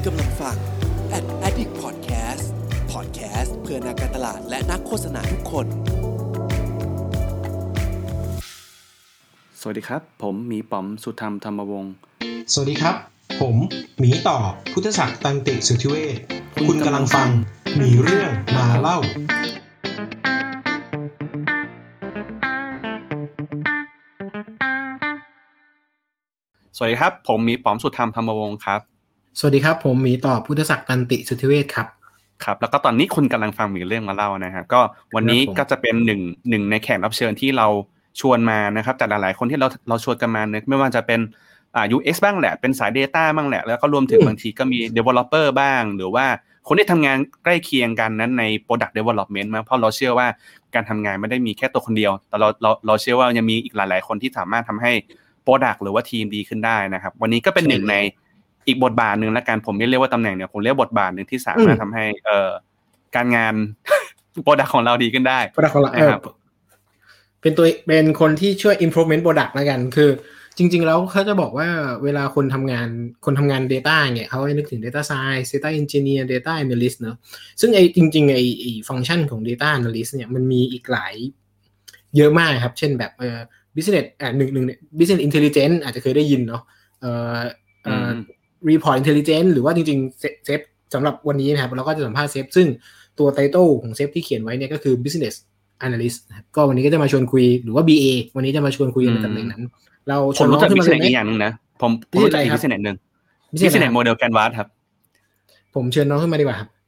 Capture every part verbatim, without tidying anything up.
กำลังฟัง Ad Addict Podcast Podcast เพื่อนักการตลาดและนักโฆษณาทุกคนสวัสดีครับผมหมีป๋อมสุธรรมธรรมวงศ์สวัสดีครับผมหมีต่อพุทธศักดิ์ตันติสุทธิเวชคุณกำลังฟังมีเรื่องมาเล่าสวัสดีครับผมหมีป๋อมสุธรรมธรรมวงศ์ครับสวัสดีครับผมหมีต่อพุทธศักดิ์ตันติสุทธิเวชครับครับแล้วก็ตอนนี้คุณกำลังฟังมีเรื่องมาเล่านะฮะก็วันนี้ก็จะเป็นหนึ่งหนึ่งในแขกรับเชิญที่เราชวนมานะครับแต่หลายๆคนที่เราเราชวนกันมาเนี่ยไม่ว่าจะเป็นอ่า ยู เอ็กซ์ บ้างแหละเป็นสาย data บ้างแหละแล้วก็รวมถึงบางทีก็มี developer บ้างหรือว่าคนที่ทำงานใกล้เคียงกันนั้นใน product development มาเพราะเราเชื่อว่าการทำงานไม่ได้มีแค่ตัวคนเดียวแต่เราเราเราเชื่อว่ายังมีอีกหลายๆคนที่สามารถทำให้ product หรือว่าทีมดีขึ้นได้นะครับวันนี้ก็เป็นหนึ่งในอีกบทบาทนึงละกันผมไม่เรียกว่าตำแหน่งเนี่ยผมเรียกบทบาทนึงที่สามารถทำให้เอ่อการงาน product ของเราดีขึ้นได้ product ของเรานะครับเป็นตัวเป็นคนที่ช่วย improvement product แล้วกันคือจริงๆแล้วเขาจะบอกว่าเวลาคนทำงานคนทำงาน data เนี่ยเขาให้นึกถึง data science data engineer data analyst เนอะซึ่งไอ้จริงๆไอ้ไอ้ฟังก์ชันของ data analyst เนี่ยมันมีอีกหลายเยอะมากครับเช่นแบบเอ่อ business อ่าหนึ่งหนึ่ง business intelligence อาจจะเคยได้ยินเนาะเอ่อเอ่อ report intelligence หรือว่าจริงๆเซฟสำหรับวันนี้นะครับเราก็จะสัมภาษณ์เซฟซึ่งตัวไททลของเซฟที่เขียนไว้เนี่ยก็คือ business analyst นะครับก็วันนี้ก็จะมาชวนคุยหรือว่า บี เอ วันนี้จะมาชวนคุยในตำแหน่งนั้นเราชวนน้องขึ้นมาเลยอีกอย่างนึงนะผมผมรู้จักอีก business นึง business model canvas ครับผมเชิญน้องขึ้นมาดีกว่าครับ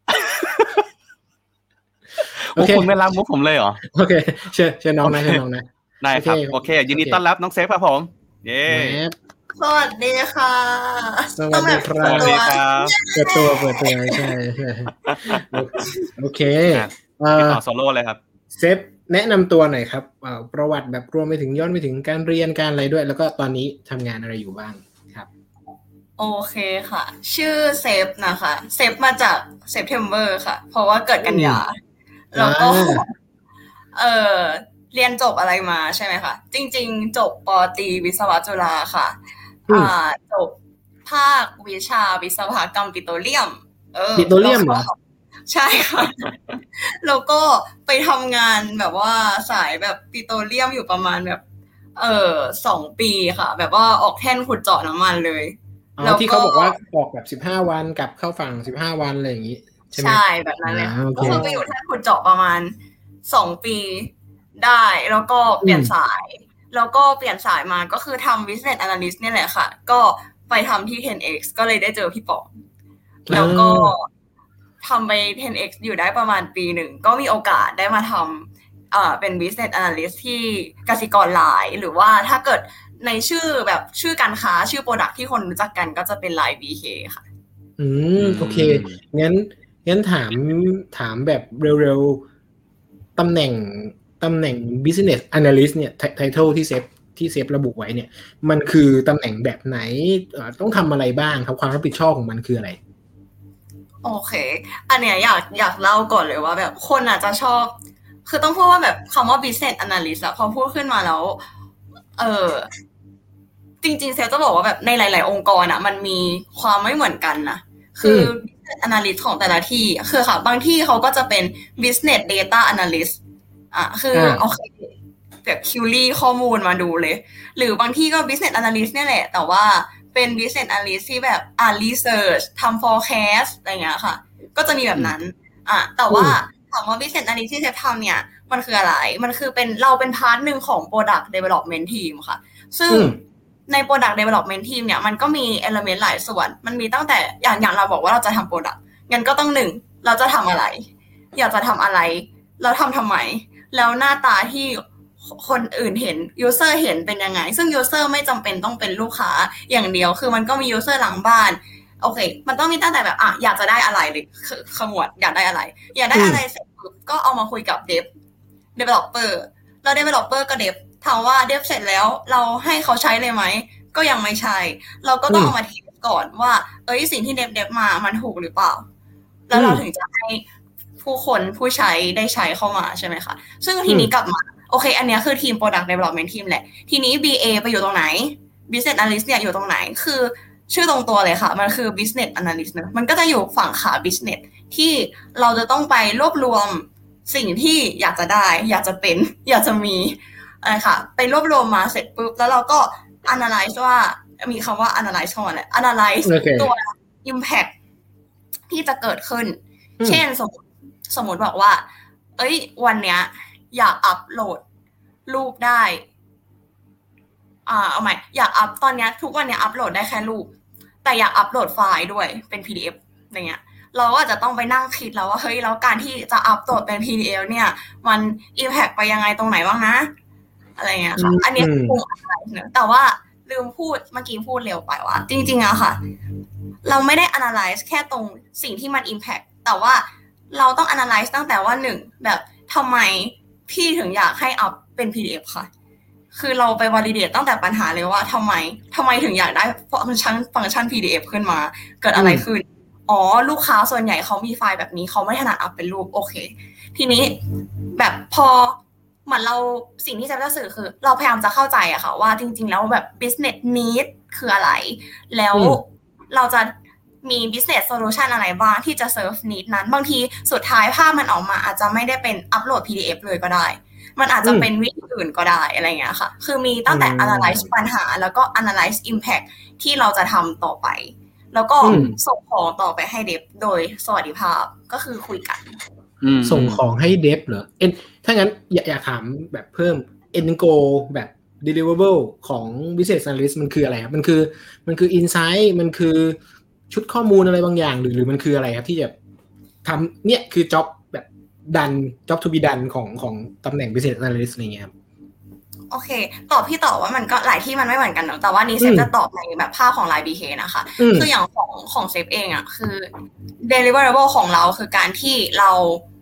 โอเคคุณไม่รับมุกผมเลยเหรอโอเคเชิญเชิญน้องนะเชิญน้องนะได้ครับโอเคยินดีต้อนรับน้องเซฟครับผมเย้สวัสดีค่ะสวัสดีครับสวัสดีครับเปิดตัวเปิดตัวใช่โอเคเอ่อต่อโซโล่เลยครับเซฟแนะนำตัวหน่อยครับเอ่อประวัติแบบรวมไปถึงย้อนไปถึงการเรียนการอะไรด้วยแล้วก็ตอนนี้ทำงานอะไรอยู่บ้างครับโอเคค่ะชื่อเซฟนะคะเซฟมาจาก September ค่ะเพราะว่าเกิดกันยาแล้วก็เอ่อเรียนจบอะไรมาใช่ไหมคะจริงๆจบป.ตรีวิศวะจุฬาค่ะอ่าจบภาควิชาวิศวกรรมปิโตรเลียมเออปิโตรเลียมเหรอใช่ค่ะแล้วก็ไปทำงานแบบว่าสายแบบปิโตรเลียมอยู่ประมาณแบบเออสองปีค่ะแบบว่าออกแท่นขุดเจาะน้ำมันเลยแล้วที่เขาบอกว่าออกแบบสิบห้าวันกลับเข้าฝั่งสิบห้าวันอะไรอย่างงี้ใช่มั้ยใช่แบบนั้นเลยก็คือไปอยู่แท่นขุดเจาะประมาณสองปีได้แล้วก็เปลี่ยนสายแล้วก็เปลี่ยนสายมาก็คือทำ business analyst เนี่ยแหละค่ะก็ไปทำที่ เท็น เอ็กซ์ ก็เลยได้เจอพี่ป๋องแล้วก็ทำไป เท็น เอ็กซ์ อยู่ได้ประมาณปีหนึ่งก็มีโอกาสได้มาทำเอ่อเป็น business analyst ที่กสิกรไลน์หรือว่าถ้าเกิดในชื่อแบบชื่อการค้าชื่อ product ที่คนรู้จักกันก็จะเป็น ไลน์ บี เค ค่ะอืมโอเคงั้นงั้นถามถามแบบเร็วๆตำแหน่งตำแหน่ง business analyst เนี่ย title ที่เซฟที่เซฟระบุไว้เนี่ยมันคือตำแหน่งแบบไหนต้องทำอะไรบ้างครับความรับผิดชอบของมันคืออะไรโอเคอันเนี้ยอยากอยากเล่าก่อนเลยว่าแบบคนอาจจะชอบคือต้องพูดว่าแบบคำว่า business analyst อะพอพูดขึ้นมาแล้วเออจริงๆเซฟจะบอกว่าแบบในหลายๆองค์กรอะมันมีความไม่เหมือนกันนะคือ business analyst ของแต่ละที่คือค่ะบางที่เขาก็จะเป็น business data analystอ่ะคือโอเคแบบคิวรี่ข้อมูลมาดูเลยหรือบางที่ก็ business analyst เนี่ยแหละแต่ว่าเป็น business analyst ที่แบบอ่าน research ทำ forecast อะไรเงี้ยค่ะก็จะมีแบบนั้นอ่ะแต่ว่าถามว่า business analyst ที่เซฟทำเนี่ยมันคืออะไรมันคือเป็นเราเป็นพาร์ทนึงของ product development team ค่ะซึ่งใน product development team เนี่ยมันก็มี element หลายส่วนมันมีตั้งแต่อย่างอย่างเราบอกว่าเราจะทำ product งั้นก็ต้องหนึ่งเราจะทำอะไรอยากจะทำอะไรเราทำทำไมแล้วหน้าตาที่คนอื่นเห็น user เห็นเป็นยังไงซึ่ง user ไม่จำเป็นต้องเป็นลูกค้าอย่างเดียวคือมันก็มี user หลังบ้านโอเคมันต้องมีตั้งแต่แบบอ่ะอยากจะได้อะไรเลยขมวดอยากได้อะไรอยากได้อะไรเสร็จปุ๊บก็เอามาคุยกับ dev developer แล้ว developer ก็ dev ถามว่า dev เสร็จแล้วเราให้เขาใช้เลยไหมก็ยังไม่ใช่เราก็ต้องเอามาเทสก่อนว่าเอ้ยสิ่งที่ dev dev มามันถูกหรือเปล่าแล้วเราถึงจะให้ผู้คนผู้ใช้ได้ใช้เข้ามาใช่ไหมคะซึ่งทีนี้กลับมาโอเคอันนี้คือทีม product development team แหละทีนี้ บี เอ ไปอยู่ตรงไหน business analyst เนี่ยอยู่ตรงไหนคือชื่อตรงตัวเลยค่ะมันคือ business analyst นะมันก็จะอยู่ฝั่งขา business ที่เราจะต้องไปรวบรวมสิ่งที่อยากจะได้อยากจะเป็นอยากจะมีอะไรค่ะไปรวบรวมมาเสร็จปุ๊บแล้วเราก็ analyze ว่ามีคำว่า analyze เข้ามาเลย analyze ตัว impact ที่จะเกิดขึ้นเช่นสมมติสมมติบอกว่าเอ้ยวันเนี้ยอยากอัปโหลดรูปได้อ่าเอาใหม่อยากอัพตอนเนี้ยทุกวันเนี้ยอัปโหลดได้แค่รูปแต่อยากอัปโหลดไฟล์ด้วยเป็น พี ดี เอฟ อะไรเงี้ยเราก็จะต้องไปนั่งคิดแล้วว่าเฮ้ยแล้วการที่จะอัปโหลดเป็น พี ดี เอฟ เนี่ยมัน impact ไปยังไงตรงไหนบ้างนะอะไรเงี้ยค่ะอันนี้คงอะไรเนอะแต่ว่าลืมพูดเมื่อกี้พูดเร็วไปว่าจริงๆอะค่ะเราไม่ได้ analyze แค่ตรงสิ่งที่มัน impact แต่ว่าเราต้อง analyze ตั้งแต่ว่าหนึ่งแบบทำไมพี่ถึงอยากให้อัพเป็น พี ดี เอฟ ค่ะคือเราไป validate ตั้งแต่ปัญหาเลยว่าทำไมทำไมถึงอยากได้ฟังก์ชันฟังก์ชัน พี ดี เอฟ ขึ้นมาเกิดอะไรขึ้นอ๋อลูกค้าส่วนใหญ่เขามีไฟล์แบบนี้เขาไม่ถนัดอัพเป็นรูปโอเคทีนี้แบบพอเหมือนเราสิ่งที่จะสื่อคือเราพยายามจะเข้าใจอะค่ะว่าจริงๆแล้วแบบ business need คืออะไรแล้วเราจะมี business solution อะไรบ้างที่จะ serve need นั้นบางทีสุดท้ายภาพมันออกมาอาจจะไม่ได้เป็นอัปโหลด พี ดี เอฟ เลยก็ได้มันอาจจะเป็นวิธีอื่นก็ได้อะไรเงี้ยค่ะคือมีตั้งแต่ analyze ปัญหาแล้วก็ analyze impact ที่เราจะทำต่อไปแล้วก็ส่งของต่อไปให้เดฟโดยสวัสดิภาพก็คือคุยกันส่งของให้เดฟเหรอเอ็นถ้างั้นอยากอยากถามแบบเพิ่ม end goal แบบ deliverable ของ business analyst มันคืออะไรครับมันคือมันคือ insight มันคือชุดข้อมูลอะไรบางอย่างหรือหรือมันคืออะไรครับที่จะทำเนี่ยคือ job แบบดัน job to be done ของของตำแหน่ง business analyst อะไรเงี้ยครับโอเคตอบพี่ตอบว่ามันก็หลายที่มันไม่เหมือนกันเนาะแต่ว่านี้เซฟจะตอบในแบบภาพของ Line บี เค นะคะคืออย่างของของเซฟเองอ่ะคือ deliverable ของเราคือการที่เรา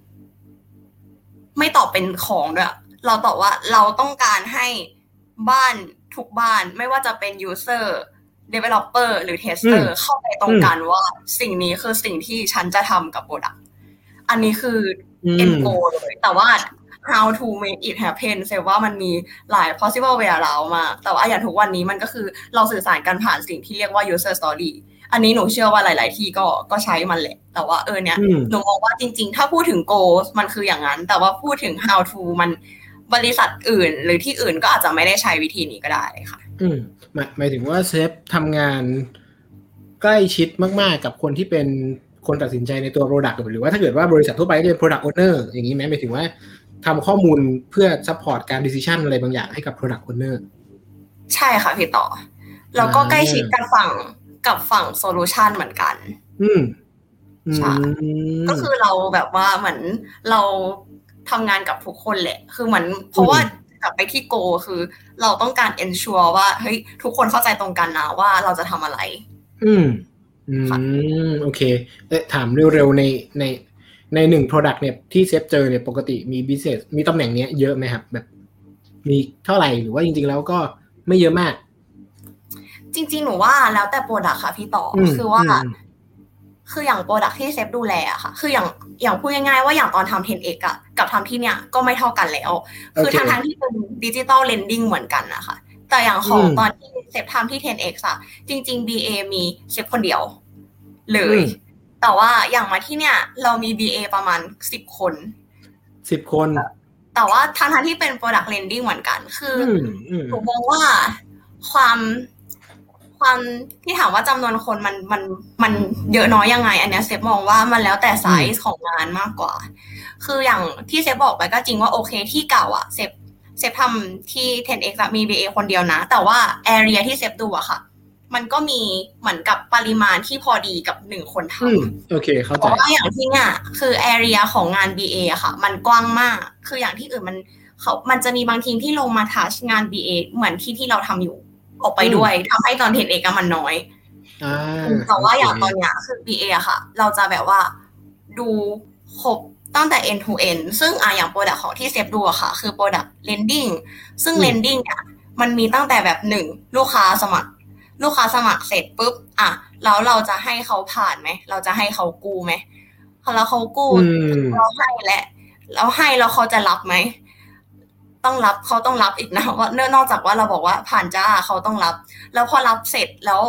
ไม่ตอบเป็นของด้วยเราตอบว่าเราต้องการให้บ้านทุกบ้านไม่ว่าจะเป็น user developer หรือ tester เข้าไปตรงกันว่าสิ่งนี้คือสิ่งที่ฉันจะทำกับ product อันนี้คือ end goal เลยแต่ว่า how to make it happen เซฟว่ามันมีหลาย possible way เรามาแต่ว่าอย่างทุกวันนี้มันก็คือเราสื่อสารกันผ่านสิ่งที่เรียกว่า user story อันนี้หนูเชื่อว่าหลายๆที่ก็ก็ใช้มันแหละแต่ว่าเออเนี่ยหนูมองว่าจริงๆถ้าพูดถึง goal มันคืออย่างนั้นแต่ว่าพูดถึง how to มันบริษัทอื่นหรือที่อื่นก็อาจจะไม่ได้ใช้วิธีนี้ก็ได้ค่ะอืมหมายหมายถึงว่าเซฟทำงานใกล้ชิดมากๆกับคนที่เป็นคนตัดสินใจในตัว product หรือว่าถ้าเกิดว่าบริษัททั่วไปจะเป็น product owner อย่างนี้ไหมหมายถึงว่าทำข้อมูลเพื่อ support การ decision อะไรบางอย่างให้กับ product owner ใช่ค่ะพี่ต่อแล้วก็ใกล้ชิดกับฝั่งกับฝั่ง solution เหมือนกันอืมใช่ก็คือเราแบบว่าเหมือนเราทำงานกับทุกคนแหละคือเหมือนเพราะว่ากลับไปที่ goal คือเราต้องการ ensure ว่าเฮ้ยทุกคนเข้าใจตรงกันนะว่าเราจะทำอะไรอืมอืมโอเคเอ๊ะถามเร็วๆในในในหนึ่ง product เนี่ยที่เซฟเจอเนี่ยปกติมี business มีตำแหน่งเนี้ยเยอะไหมครับแบบมีเท่าไหร่หรือว่าจริงๆแล้วก็ไม่เยอะมากจริงๆหนูว่าแล้วแต่ product ค่ะพี่ต่อคือว่าคืออย่าง product ที่เซฟดูแลอะค่ะคืออย่างอย่างพูดง่ายๆว่าอย่างตอนทำ เท็น เอ็กซ์ อะกับทำที่เนี้ยก็ไม่เท่ากันแล้วคือทั้งๆที่เป็น digital lending เหมือนกันนะคะแต่อย่างของตอนที่เซฟทำที่ เท็น เอ็กซ์ อะจริงๆ บี เอ มีเซฟคนเดียวเลยแต่ว่าอย่างมาที่เนี่ยเรามี บี เอ ประมาณสิบคนสิบคนแต่ว่าทั้งๆที่เป็น product lending เหมือนกันคือหนูมองว่าความความที่ถามว่าจำนวนคนมันมันมันเยอะน้อยยังไงอันนี้เซฟมองว่ามันแล้วแต่ไซส์ของงานมากกว่าคืออย่างที่เซฟบอกไปก็จริงว่าโอเคที่เก่าอ่ะเซฟเซฟทำที่ เท็น เอ็กซ์ มี บี เอ คนเดียวนะแต่ว่า area ที่เซฟดูอะค่ะมันก็มีเหมือนกับปริมาณที่พอดีกับหนึ่งคนทำโอเคเข้าใจเพราะว่าอย่างที่เนี่ยคือ area ของงาน บี เอ อะค่ะมันกว้างมากคืออย่างที่อื่นมันเขามันจะมีบางทีที่ลงมาทัชงาน บี เอ เหมือนที่ที่เราทำอยู่ออกไปด้วยทำให้ตอน เท็น เอ็กซ์ มันน้อยแต่ว่าอย่างตอนเนี้ยคือ บี เอ อะค่ะเราจะแบบว่าดูครบตั้งแต่ end to end ซึ่งอ่ะอย่าง product ของที่เซฟดูอะค่ะคือ product lending ซึ่ง lending เนี่ยมันมีตั้งแต่แบบหนึ่งลูกค้าสมัครลูกค้าสมัครเสร็จปุ๊บอ่ะแล้วเราจะให้เขาผ่านไหมเราจะให้เขากู้ไหมแล้วเขากู้เราให้แหละเราให้แล้วเขาจะรับไหมต้องรับเขาต้องรับอีกนะว่าเนื่องนอกจากว่าเราบอกว่าผ่านจ้าเขาต้องรับแล้วพอรับเสร็จแล้วโอ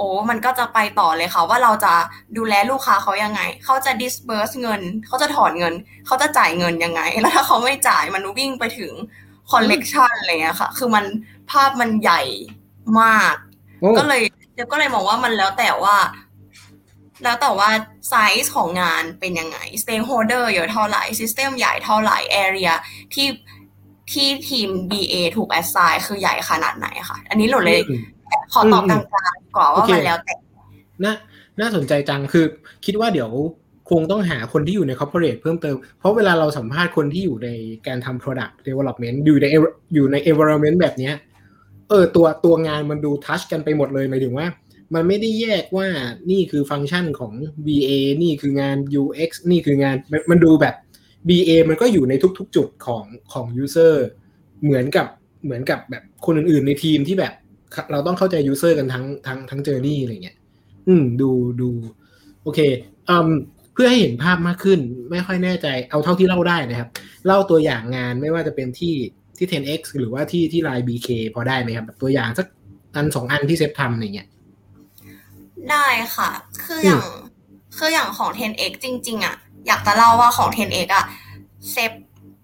อ้มันก็จะไปต่อเลยค่ะว่าเราจะดูแลลูกค้าเขายังไงเขาจะ disburse เงินเขาจะถอนเงินเขาจะจ่ายเงินยังไงแล้วถ้าเขาไม่จ่ายมันวิ่งไปถึง collection อะไรเงี้ยค่ะคือมันภาพมันใหญ่มากก็เลยเดี๋ยวก็เลยมองว่ามันแล้วแต่ว่าแล้วแต่ว่าไซส์ของงานเป็นยังไง stakeholder เยอะเท่าไหร่ system ใหญ่เท่าไหร่ area ที่ที่ทีม บี เอ ถูก assign คือใหญ่ขนาดไหนค่ะอันนี้หนูเลยขอตอบกลางๆก่อนว่ามันแล้วแต่น่าน่าสนใจจังคือคิดว่าเดี๋ยวคงต้องหาคนที่อยู่ใน corporate เพิ่มเติมเพราะเวลาเราสัมภาษณ์คนที่อยู่ในการทำ product development อยู่ในอยู่ใน environment แบบนี้เออตัวตัวงานมันดู touch กันไปหมดเลยหมายถึงว่ามันไม่ได้แยกว่านี่คือฟังก์ชันของ บี เอ นี่คืองาน ยู เอ็กซ์ นี่คืองานมันดูแบบ บี เอ มันก็อยู่ในทุกๆจุดของของ user เหมือนกับเหมือนกับแบบคนอื่นๆในทีมที่แบบเราต้องเข้าใจ user กันทั้งทั้งทั้ง journey อะไรเงี้ยอืมดูดูโอเคอืมเพื่อให้เห็นภาพมากขึ้นไม่ค่อยแน่ใจเอาเท่าที่เล่าได้นะครับเล่าตัวอย่างงานไม่ว่าจะเป็นที่ที่ เท็น เอ็กซ์ หรือว่าที่ที่ ไลน์ บี เค พอได้ไหมครับแบบตัวอย่างสักอันสองอันที่เซฟทำอะไรเงี้ยได้ค่ะคืออย่างคืออย่างของ เท็น เอ็กซ์ จริงๆอ่ะอยากจะเล่าว่าของ เท็น เอ็กซ์ อ่ะเซฟ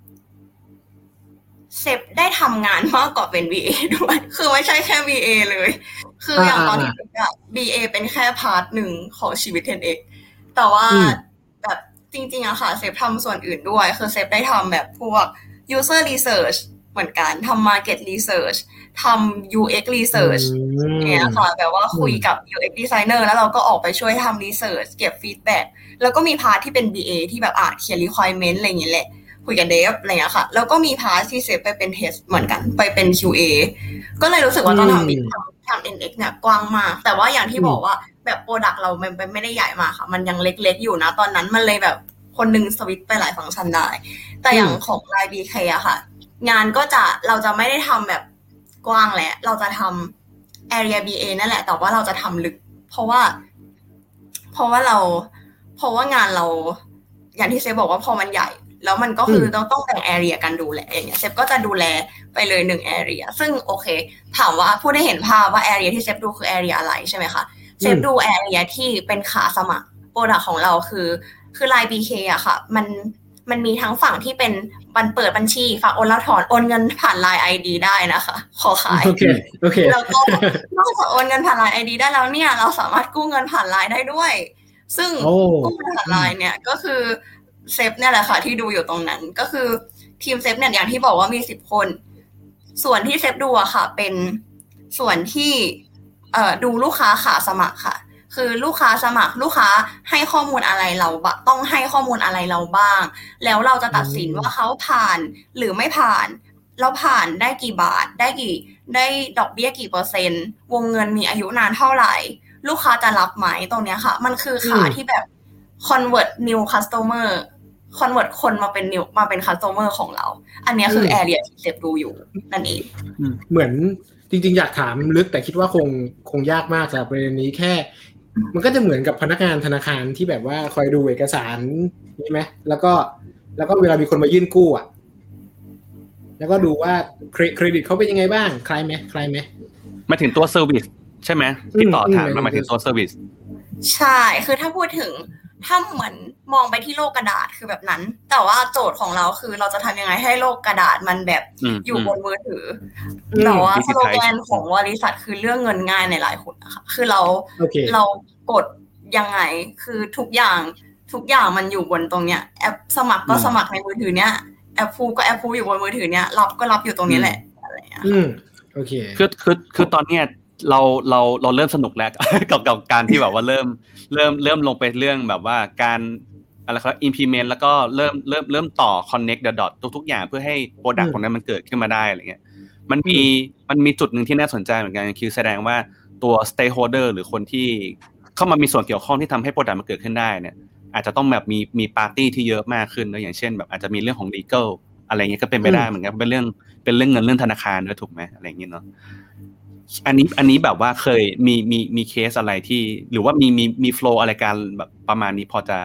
เซฟได้ทำงานมากกว่าเป็น บี เอ ด้วยคือไม่ใช่แค่ บี เอ เลยคืออย่างตอนที่อ่ะ บี เอ เป็นแค่พาร์ทหนึ่งของชีวิต เท็น เอ็กซ์ แต่ว่าแบบจริงๆอะค่ะเซฟทำส่วนอื่นด้วยคือเซฟได้ทำแบบพวก user research เหมือนกันทำ market research ทำ ยู เอ็กซ์ research เนี่ยค่ะแบบว่าคุยกับ ยู เอ็กซ์ designer แล้วเราก็ออกไปช่วยทำ research เก็บ feedback แล้วก็มีพาร์ทที่เป็น บี เอ ที่แบบอ่านเขียน requirement อะไรอย่างเงี้ยแหละคุยกับ dev อะไรอย่างเงี้ยค่ะแล้วก็มีพาร์ทที่เซฟไปเป็น test เหมือนกันไปเป็น คิว เอ ก็เลยรู้สึกว่าตอนทำทำทำ เอ็น เอ็กซ์ เนี่ยกว้างมากแต่ว่าอย่างที่บอกว่าแบบ product เรามันไม่ได้ใหญ่มากค่ะมันยังเล็กๆอยู่นะตอนนั้นมันเลยแบบคนนึงสวิตช์ไปหลายฟังก์ชันได้แต่อย่างของ ไลน์ บี เค อะค่ะงานก็จะเราจะไม่ได้ทำแบบกว้างแหละเราจะทำ area บี เอ นั่นแหละแต่ว่าเราจะทำลึกเพราะว่าเพราะว่าเราเพราะว่างานเราอย่างที่เซฟบอกว่าพอมันใหญ่แล้วมันก็คือเราต้องแบ่ง area กันดูแลอย่างเงี้ยเซฟก็จะดูแลไปเลยหนึ่ง area ซึ่งโอเคถามว่าผู้ได้เห็นภาพว่า area ที่เซฟดูคือ area อะไรใช่ไหมคะเซฟดู area ที่เป็นขาสมัคร product ของเราคือคือ ไลน์ บี เค อะค่ะมันมันมีทั้งฝั่งที่เป็นบันเปิดบัญชีฝากโอนแล้วถอนโอนเงินผ่าน ไลน์ ไอ ดี ได้นะคะขอขายโอเคโอเคแล้วก็นอกจากโอนเงินผ่าน ไลน์ ไอ ดี ได้แล้วเนี่ยเราสามารถกู้เงินผ่าน ไลน์ ได้ด้วยซึ่งกู้เงินผ่าน ไลน์ เนี่ยก็คือเซฟเนี่ยแหละค่ะที่ดูอยู่ตรงนั้นก็คือทีมเซฟเนี่ยอย่างที่บอกว่ามีสิบคนส่วนที่เซฟดูอะค่ะเป็นส่วนที่เอ่อดูลูกค้าขาสมัครค่ะคือลูกค้าสมัครลูกค้าให้ข้อมูลอะไรเราต้องให้ข้อมูลอะไรเราบ้างแล้วเราจะตัดสินว่าเขาผ่านหรือไม่ผ่านแล้วผ่านได้กี่บาทได้กี่ได้ดอกเบี้ยกี่เปอร์เซ็นต์วงเงินมีอายุนานเท่าไหร่ลูกค้าจะรับไหมตรงเนี้ยค่ะมันคือขาที่แบบ convert new customer convert คนมาเป็น new มาเป็น customer ของเราอันนี้คือ area ที่เซฟดูอยู่นั่นเองเหมือนจริงๆอยากถามลึกแต่คิดว่าคงคงยากมากสำหรับประเด็นนี้แค่มันก็จะเหมือนกับพนักงานธนาคารที่แบบว่าคอยดูเอกสารนี่ไหมแล้วก็แล้วก็เวลามีคนมายื่นกู้อ่ะแล้วก็ดูว่าเครดิตเขาเป็นยังไงบ้างคล้ายไหมคล้ายไหมมาถึงตัวเซอร์วิสใช่ไหมที่ต่อถามมาถึงตัวเซอร์วิสใช่คือถ้าพูดถึงถ้าเหมือนมองไปที่โลกกระดาษคือแบบนั้นแต่ว่าโจทย์ของเราคือเราจะทำยังไงให้โลกกระดาษมันแบบอยู่บนมือถือแต่ว่าสโลแกนของบริษัทคือเรื่องเงินง่ายในหลายคนนะคะคือเรา okay. เรากดยังไงคือทุกอย่างทุกอย่างมันอยู่บนตรงเนี้ยแอปสมัครก็สมัครในมือถือเนี้ยแอปพูก็แอปพูอยู่บนมือถือเนี้ยรับก็รับอยู่ตรงนี้แหละอะไรอย่างเงี้ยอืมโอเคคือคือคือตอนเนี้ยเราเราเราเริ่มสนุกแล้วกับกับการที่แบบว่าเริ่มเริ่มเริ่มลงไปเรื่องแบบว่าการอะไรครับ implement แล้วก็เริ่มเริ่มเริ่มต่อ connect the dot ทุกๆอย่างเพื่อให้ product ของนั้นมันเกิดขึ้นมาได้อะไรเงี้ยมันมีมันมีจุดนึงที่น่าสนใจเหมือนกันคือแสดงว่าตัว stakeholder หรือคนที่เข้ามามีส่วนเกี่ยวข้องที่ทำให้ product มันเกิดขึ้นได้เนี่ยอาจจะต้องแบบมีมี party ที่เยอะมากขึ้นนะอย่างเช่นแบบอาจจะมีเรื่องของ legal อะไรเงี้ยก็เป็นไปได้เหมือนกันเป็นเรื่องเป็นเรื่องเงินเรื่องธนาคารด้วยถูกไหมอะไรเงี้ยเนาะอันนี้อันนี้แบบว่าเคยมีมีมีเคสอะไรที่หรือว่ามีมีมีโฟลว์อะไรการแบบประมาณนี้พอจะ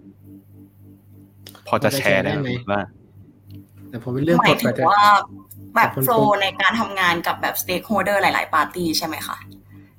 พอจะแชร์ได้ไหมว่าแต่พอเป็นเรื่องหมายถึงว่าแบบโฟลว์ในการทำงานกับแบบสเต็กโฮลเดอร์หลายๆปาร์ตี้ใช่ไหมคะ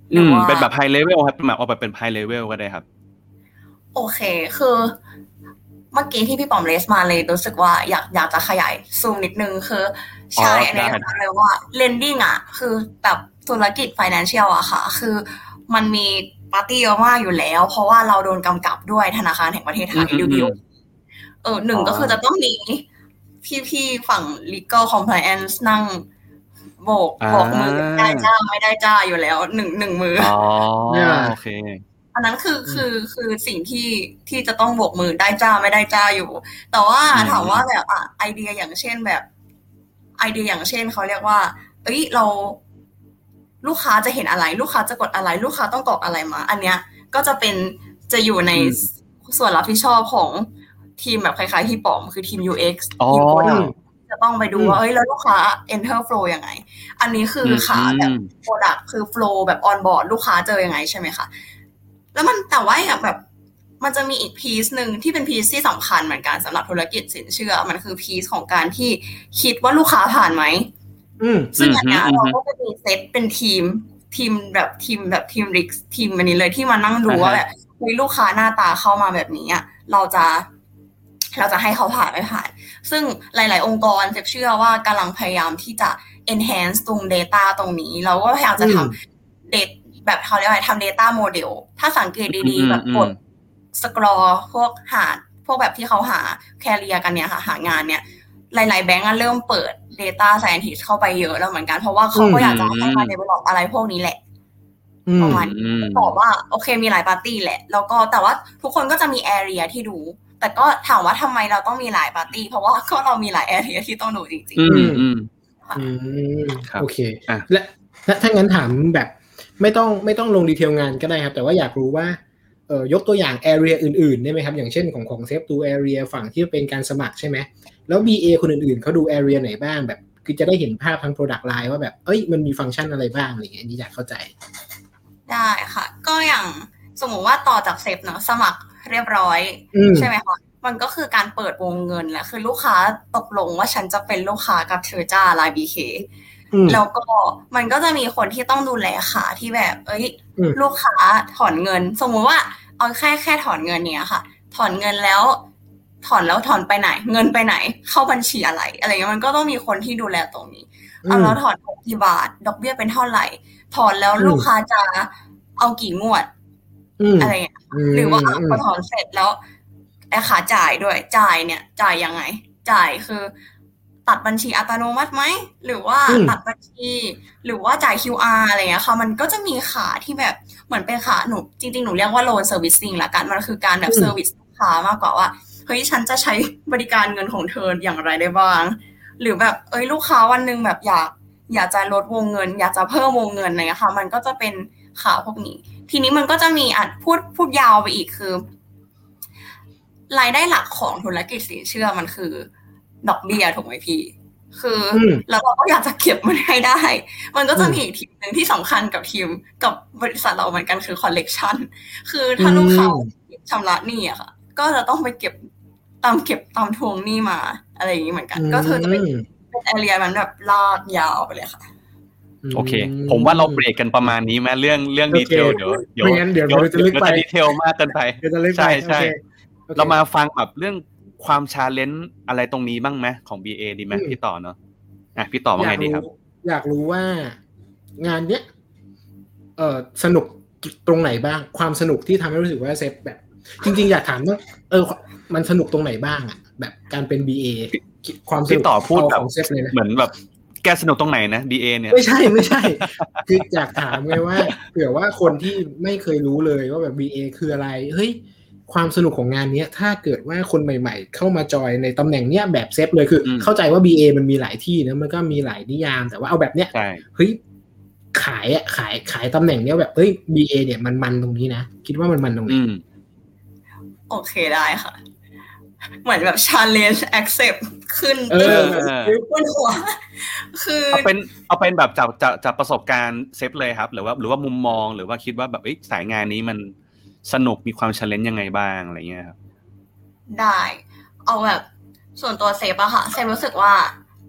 อืมเป็นแบบ high level ครับเป็นแบบเอาแบบเป็น high level ก็ได้ครับโอเคคือเมื่อกี้ที่พี่ปอมเลสมาเลยรู้สึกว่าอยากอยากจะขยายซูมนิดนึงคือใช่อันนี้นะคะเลยว่า lending อ่ะคือแบบธุรกิจ financial อะค่ะคือมันมีปาร์ตี้เยอะมากอยู่แล้วเพราะว่าเราโดนกำกับด้วยธนาคารแห่งประเทศไทยดูดิเออหนึ่งก็คือจะต้องมีพี่ๆฝั่ง legal compliance นั่งโบกโบกมือได้จ้าไม่ได้จ้าอยู่แล้วหนึ่งหนึ่งมืออ๋อโอเคอันนั้นคือคือคือสิ่งที่ที่จะต้องโบกมือได้จ้าไม่ได้จ้าอยู่แต่ว่าถามว่าแบบอ่ะไอเดียอย่างเช่นแบบไอเดียอย่างเช่นเขาเรียกว่าเอ้ยเราลูกค้าจะเห็นอะไรลูกค้าจะกดอะไรลูกค้าต้องกรอกอะไรมาอันเนี้ยก็จะเป็นจะอยู่ในส่วนรับผิดชอบของทีมแบบคล้ายๆที่ป๋อมคือทีม ยู เอ็กซ์ ทีม Product จะต้องไปดูว่าเอ้ยแล้วลูกค้า enter flow ยังไงอันนี้คือขาแบบ Product คือ flow แบบ on board ลูกค้าเจอยังไงใช่ไหมคะแล้วมันแต่ว่าแบบมันจะมีอีกพีซนึงที่เป็นพีซที่สำคัญเหมือนกันสำหรับธุรกิจสินเชื่อมันคือพีซของการที่คิดว่าลูกค้าผ่านไหมซึ่งอันนี้เราก็จะมีเซตเป็นทีมทีมแบบทีมแบบทีมริกทีมอันนี้เลยที่มานั่งดูว่าแบบมีลูกค้าหน้าตาเข้ามาแบบนี้อ่ะเราจะเราจะให้เขาผ่านไม่ผ่านซึ่งหลายๆองค์กรเจ็บเชื่อว่ากำลังพยายามที่จะ enhance ตรง data ตรงนี้เราก็พยายามจะทำ dataแบบเขาเรียกว่าทำ data model ถ้าสังเกตดีๆแบบกดสครอลพวกหาพวกแบบที่เขาหาแคเรียกันเนี่ยค่ะหางานเนี่ยหลายๆแบงก์เริ่มเปิด data scientist เข้าไปเยอะแล้วเหมือนกันเพราะว่าเขาก็อยากจะให้มา develop อะไรพวกนี้แหละประมาณบอกว่าโอเคมีหลายปาร์ตี้แหละแล้วก็แต่ว่าทุกคนก็จะมี area ที่ดูแต่ก็ถามว่าทำไมเราต้องมีหลายปาร์ตี้เพราะว่าก็เรามีหลาย area ที่ต้องดูจริงๆอืมอืมโอเคและถ้างั้นถามแบบไม่ต้องไม่ต้องลงดีเทลงานก็ได้ครับแต่ว่าอยากรู้ว่าเอ่อยกตัวอย่าง area อื่นๆได้ไหมครับอย่างเช่นของของ Safe to Area ฝั่งที่เป็นการสมัครใช่ไหมแล้ว บี เอ คนอื่นๆเขาดู area ไหนบ้างแบบคือจะได้เห็นภาพทั้ง product line ว่าแบบเอ้ยมันมีฟังก์ชันอะไรบ้างอะไรอย่างเงี้ยนี่อยากเข้าใจได้ค่ะก็อย่างสมมุติว่าต่อจาก Safe เนาะสมัครเรียบร้อยใช่ไหมคะมันก็คือการเปิดวงเงินแหละคือลูกค้าตกลงว่าฉันจะเป็นลูกค้ากับเธอจ้า Line บี เค แล้วก็มันก็จะมีคนที่ต้องดูแลขาที่แบบเอ้ยลูกค้าถอนเงินสมมุติว่าเอาแค่แค่ถอนเงินเนี้ยค่ะถอนเงินแล้วถอนแล้วถอนไปไหนเงินไปไหนเข้าบัญชีอะไรอะไรเงี้ยมันก็ต้องมีคนที่ดูแลตรงนี้เอาแล้วถอนกี่บาทดอกเบี้ยเป็นเท่าไหร่ถอนแล้วลูกค้าจะเอากี่งวดอะไรเงี้ยหรือว่าพอถอนเสร็จแล้วไอ้ขาจ่ายด้วยจ่ายเนี่ยจ่ายยังไงจ่ายคือตัดบัญชีอัตโนมัติไหมหรือว่าตัดบัญชีหรือว่าจ่าย คิว อาร์ อะไรเงี้ยค่ะมันก็จะมีขาที่แบบเหมือนเป็นขาหนูจริงๆหนูเรียกว่า loan servicing ละกันมันคือการแบบ service ลูกค้ามากกว่าว่าเฮ้ยฉันจะใช้บริการเงินของเธออย่างไรได้บ้างหรือแบบเอ้ยลูกค้าวันนึงแบบอยากอยากจะลดวงเงินอยากจะเพิ่มวงเงินอะไรเงี้ยค่ะมันก็จะเป็นขาพวกนี้ทีนี้มันก็จะมีอ่ะพูดพูดยาวไปอีกคือรายได้หลักของธุรกิจสินเชื่อมันคือดอกเบี้ยถูกไหมพี่คือแล้วเราก็อยากจะเก็บมันให้ได้มันก็จะมีอีกทีมนึงที่สำคัญกับทีมกับบริษัทเราเหมือนกันคือ collection คือถ้าลูกค้าชำระหนี้อะค่ะก็จะต้องไปเก็บตามเก็บตามทวงหนี้มาอะไรอย่างนี้เหมือนกันก็คือจะเป็นเป็นแอเรียมันแบบลากยาวไปเลยค่ะโอเคผมว่าเราเบรกกันประมาณนี้ไหมเรื่องเรื่องดีเทลเดี๋ยวเดี๋ยวเดี๋ยวจะลึกไปดีเทลมากเกินไปใช่ใช่เรามาฟังแบบเรื่องความชาเลนจ์อะไรตรงนี้บ้างไหมของ บี เอ ดีไหมพี่ต่อเนาะอ่ะพี่ต่อว่าไงดีครับอยากรู้ว่างานเนี้ยเอ่อสนุกตรงไหนบ้างความสนุกที่ทำให้รู้สึกว่าเซฟแบบจริงๆอยากถามว่าเออมันสนุกตรงไหนบ้างอ่ะแบบการเป็น บี เอ ความสนุกพี่ต่อพูดแบบเหมือนแบบแกสนุกตรงไหนนะ บี เอ เนี่ยไม่ใช่ไม่ใช่คืออยากถามไงว่าเผื่อว่าคนที่ไม่เคยรู้เลยว่าแบบ บี เอ คืออะไรเฮ้ยความสนุกของงานนี้ถ้าเกิดว่าคนใหม่ๆเข้ามาจอยในตำแหน่งเนี้ยแบบเซฟเลยคือเข้าใจว่า บี เอ มันมีหลายที่นะมันก็มีหลายนิยามแต่ว่าเอาแบบเนี้ยเฮ้ยขายอ่ะขายขายตำแหน่งเนี้ยแบบเฮ้ย บี เอ เนี่ยมันมันตรงนี้นะคิดว่ามันมันตรงนี้โอเคได้ค่ะเหมือนแบบ challenge accept ขึ้นตึ้งบนหัวคือเอาเป็นเอาเป็นแบบจากจากจากประสบการณ์เซฟเลยครับหรือว่าหรือว่ามุมมองหรือว่าคิดว่าแบบเอ้ยสายงานนี้มันสนุกมีความ challenge ยังไงบ้างอะไรเงี้ยครับได้เอาแบบส่วนตัวเซฟอะค่ะเซฟรู้สึกว่า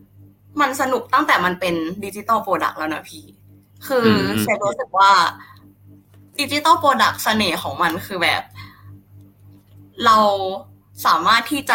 มันสนุกตั้งแต่มันเป็นดิจิตอลโปรดักต์แล้วนะพี่คือเซฟรู้สึกว่า Digital Product เสน่ห์ของมันคือแบบเราสามารถที่จะ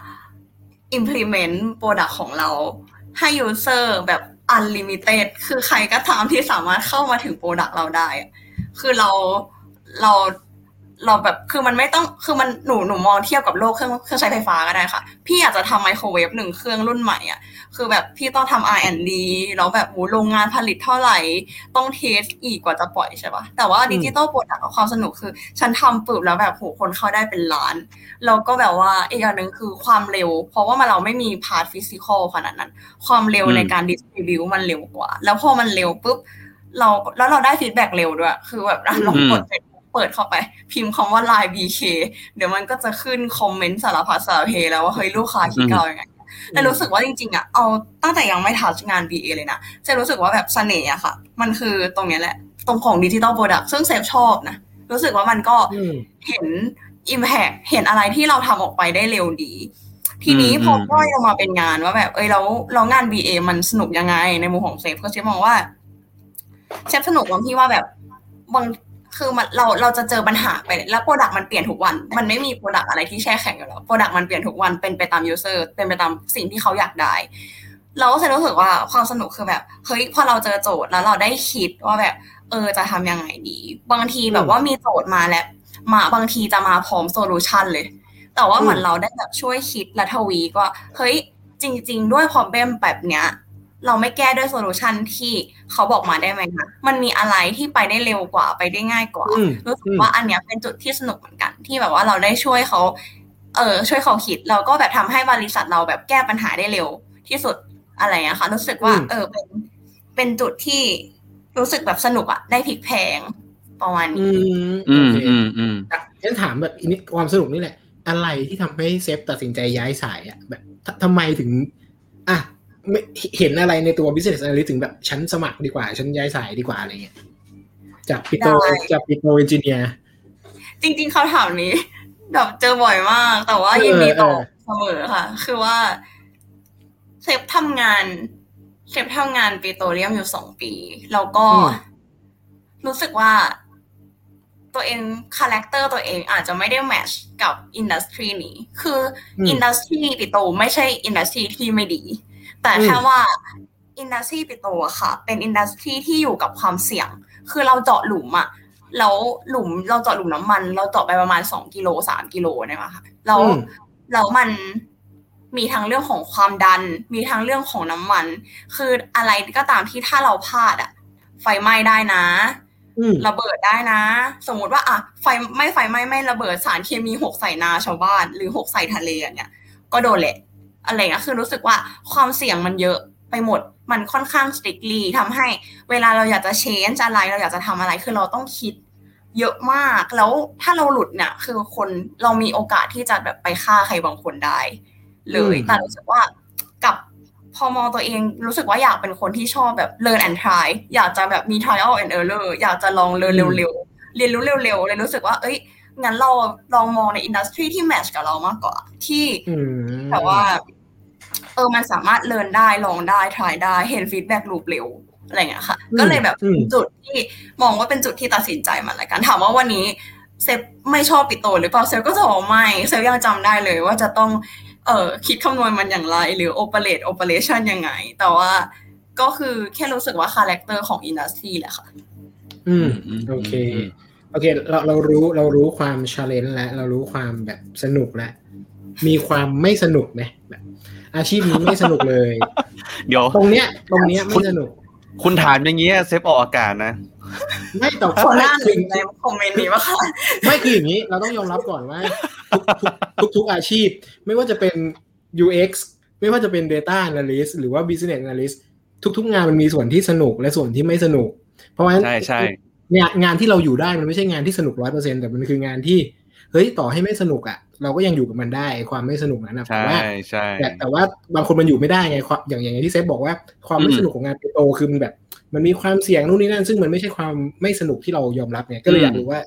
implement product ของเราให้ user แบบ unlimited คือใครก็ตามที่สามารถเข้ามาถึง product เราได้คือเราเราเราแบบคือมันไม่ต้องคือมันหนูหนูมองเทียบกับโลกเครื่องเครื่องใช้ไฟฟ้าก็ได้ค่ะพี่อยากจะทำไมโครเวฟหนึ่งเครื่องรุ่นใหม่อ่ะคือแบบพี่ต้องทำ อาร์ แอนด์ ดี แล้วแบบโหโรงงานผลิตเท่าไหร่ต้องเทสอีกกว่าจะปล่อยใช่ป่ะแต่ว่า Digital Product ความสนุกคือฉันทำปุ๊บแล้วแบบโหคนเข้าได้เป็นล้านแล้วก็แบบว่าอีกอย่างนึงคือความเร็วเพราะว่ามันเราไม่มีพาร์ทฟิสิคอลขนาดนั้นความเร็วในการ distribute มันเร็วกว่าแล้วพอมันเร็วปุ๊บเราแล้วเราได้ฟีดแบ็กเร็วด้วยคือแบบเรากดเปิดเข้าไปพิมพ์คำว่า ไลน์ บี เค เดี๋ยวมันก็จะขึ้นคอมเมนต์สารพัดสารเพแล้วว่าเฮ้ยลูกค้าคิดเก่ายังไงแต่รู้สึกว่าจริงๆอ่ะเอาตั้งแต่ยังไม่ทัชงาน บี เอ เลยนะจะรู้สึกว่าแบบเสน่ห์อะค่ะมันคือตรงนี้แหละตรงของ Digital Product ซึ่งเซฟชอบนะรู้สึกว่ามันก็เห็น impact เห็นอะไรที่เราทำออกไปได้เร็วดีทีนี้พอก็ยังมาเป็นงานว่าแบบเอ้ยแล้วเรางาน บี เอ มันสนุกยังไงในมุมของเซฟก็เซฟมองว่าเซฟสนุกตรงที่ว่าแบบบางคือมันเราเราจะเจอปัญหาไปแล้วโปรดักต์มันเปลี่ยนทุกวันมันไม่มีโปรดักต์อะไรที่แช่แข็งอยู่แล้วโปรดักต์มันเปลี่ยนทุกวันเป็นไปตามยูเซอร์เป็นไปตามสิ่งที่เขาอยากได้เราก็เลยรู้สึกว่าความสนุกคือแบบเฮ้ยพอเราเจอโจทย์แล้วเราได้คิดว่าแบบเออจะทำยังไงดีบางทีแบบว่ามีโจทย์มาแล้วมาบางทีจะมาพร้อมโซลูชันเลยแต่ว่าเหมือนเราได้แบบช่วยคิดและทวีก็เฮ้ยจริงๆด้วย problem แบบเนี้ยเราไม่แก้ด้วยโซลูชันที่เขาบอกมาได้ไหมคะมันมีอะไรที่ไปได้เร็วกว่าไปได้ง่ายกว่ารู้สึกว่าอันเนี้ยเป็นจุดที่สนุกเหมือนกันที่แบบว่าเราได้ช่วยเขาเออช่วยเขาคิดแล้วก็แบบทำให้บริษัทเราแบบแก้ปัญหาได้เร็วที่สุดอะไรอย่างเงี้ยค่ะรู้สึกว่าเออเป็นเป็นจุดที่รู้สึกแบบสนุกอะได้พลิกแพลงประมาณนี้อืมอืมอืมฉันถามแบบนี้ความสนุกนี่แหละอะไรที่ทำให้เซฟตัดสินใจย้ายสายอะแบบทำไมถึงอ่ะไม่เห็นอะไรในตัว business analyst ถึงแบบฉันสมัครดีกว่าฉันย้ายสายดีกว่าอะไรเงี้ยจากปิโตจากปิโตเอนจิเนียร์จริงๆคำถามนี้แบบเจอบ่อยมากแต่ว่ายินดีตอบเสมอค่ะคือว่าเซฟทำงานเซฟทำงานปิโตรเลียมอยู่สองปีแล้วก็รู้สึกว่าตัวเองคาแรคเตอร์ตัวเองอาจจะไม่ได้แมทช์กับอินดัสทรีนี้คืออินดัสทรีปิโตไม่ใช่อินดัสทรีที่ไม่ดีแต่แค่ว่าอินดัสทรีปิโตอะค่ะเป็นอินดัสทรีที่อยู่กับความเสี่ยงคือเราเจาะหลุมอะแล้วหลุมเราเจาะหลุมน้ำมันเราเจาะไปประมาณสองกิโลสามกิโลเนี่ยค่ะแล้วแล้วมันมีทั้งเรื่องของความดันมีทั้งเรื่องของน้ำมันคืออะไรก็ตามที่ถ้าเราพลาดอะไฟไหม้ได้นะระเบิดได้นะสมมติว่าอะไฟไม่ไฟไหม้ไม่ระเบิดสารเคมีหกใส่นาชาวบ้านหรือหกใส่ทะเลเนี่ยก็โดนแหละอะไรเงี้ยคือรู้สึกว่าความเสี่ยงมันเยอะไปหมดมันค่อนข้าง strictly ทำให้เวลาเราอยากจะ change อะไรเราอยากจะทำอะไรคือเราต้องคิดเยอะมากแล้วถ้าเราหลุดเนี่ยคือคนเรามีโอกาสที่จะแบบไปฆ่าใครบางคนได้เลยแต่รู้สึกว่ากับพอมองตัวเองรู้สึกว่าอยากเป็นคนที่ชอบแบบ learn and try อยากจะแบบมี trial and error อยากจะลองเรียนเร็วๆเรียนรู้เร็วๆเลยรู้สึกว่าเอ้ยงั้นเราลองมองในอินดัสทรีที่แมทช์กับเรามากกว่าที่แต่ว่าเออมันสามารถเรียนได้ลองได้ try ได้เห็นฟีดแบ็กลูปเร็วอะไรอย่างเงี้ยค่ะก็เลยแบบจุดที่มองว่าเป็นจุดที่ตัดสินใจมันละกันถามว่าวันนี้เซฟไม่ชอบปิโตหรือเปล่าเซฟก็จะบอกไม่เซฟยังจำได้เลยว่าจะต้องเอ่อคิดคำนวณมันอย่างไรหรือ operate operation ยังไงแต่ว่าก็คือแค่รู้สึกว่าคาแรคเตอร์ของอินดัสทรีแหละค่ะอืมโอเคโอเคเราเรารู้เรารู้ความ challenge แล้วเรารู้ความแบบสนุกแล้วมีความไม่สนุกไหมแบบอาชีพนี้ไม่สนุกเลยเดี๋ยวตรงเนี้ยตรงเนี้ยไม่สนุกคุณถามอย่างเงี้ยเซฟออกอากาศนะไม่ต่อคนหน้าหนึ่งในคอมเมนต์นี้ว่าค่ะไม่คืออย่างนี้เราต้องยอมรับก่อนว่าทุกทุกอาชีพไม่ว่าจะเป็น ยู เอ็กซ์ ไม่ว่าจะเป็น Data Analyst หรือว่า Business Analyst ทุกๆงานมันมีส่วนที่สนุกและส่วนที่ไม่สนุกเพราะฉะนั้นใช่ๆงานงานที่เราอยู่ได้มันไม่ใช่งานที่สนุก ร้อยเปอร์เซ็นต์ แต่มันคืองานที่เฮ้ยต่อให้ไม่สนุกอ่ะเราก็ยังอยู่กับมันได้ความไม่สนุกนั้นนะแต่ว่าแต่แต่ว่าบางคนมันอยู่ไม่ได้ไงอย่างอย่างที่เซฟบอกว่าความไม่สนุกของงานปิโตคือมันแบบมันมีความเสี่ยงนู่นนี่นั่นซึ่งมันไม่ใช่ความไม่สนุกที่เรายอมรับไงก็เลยอยากรู้ว่า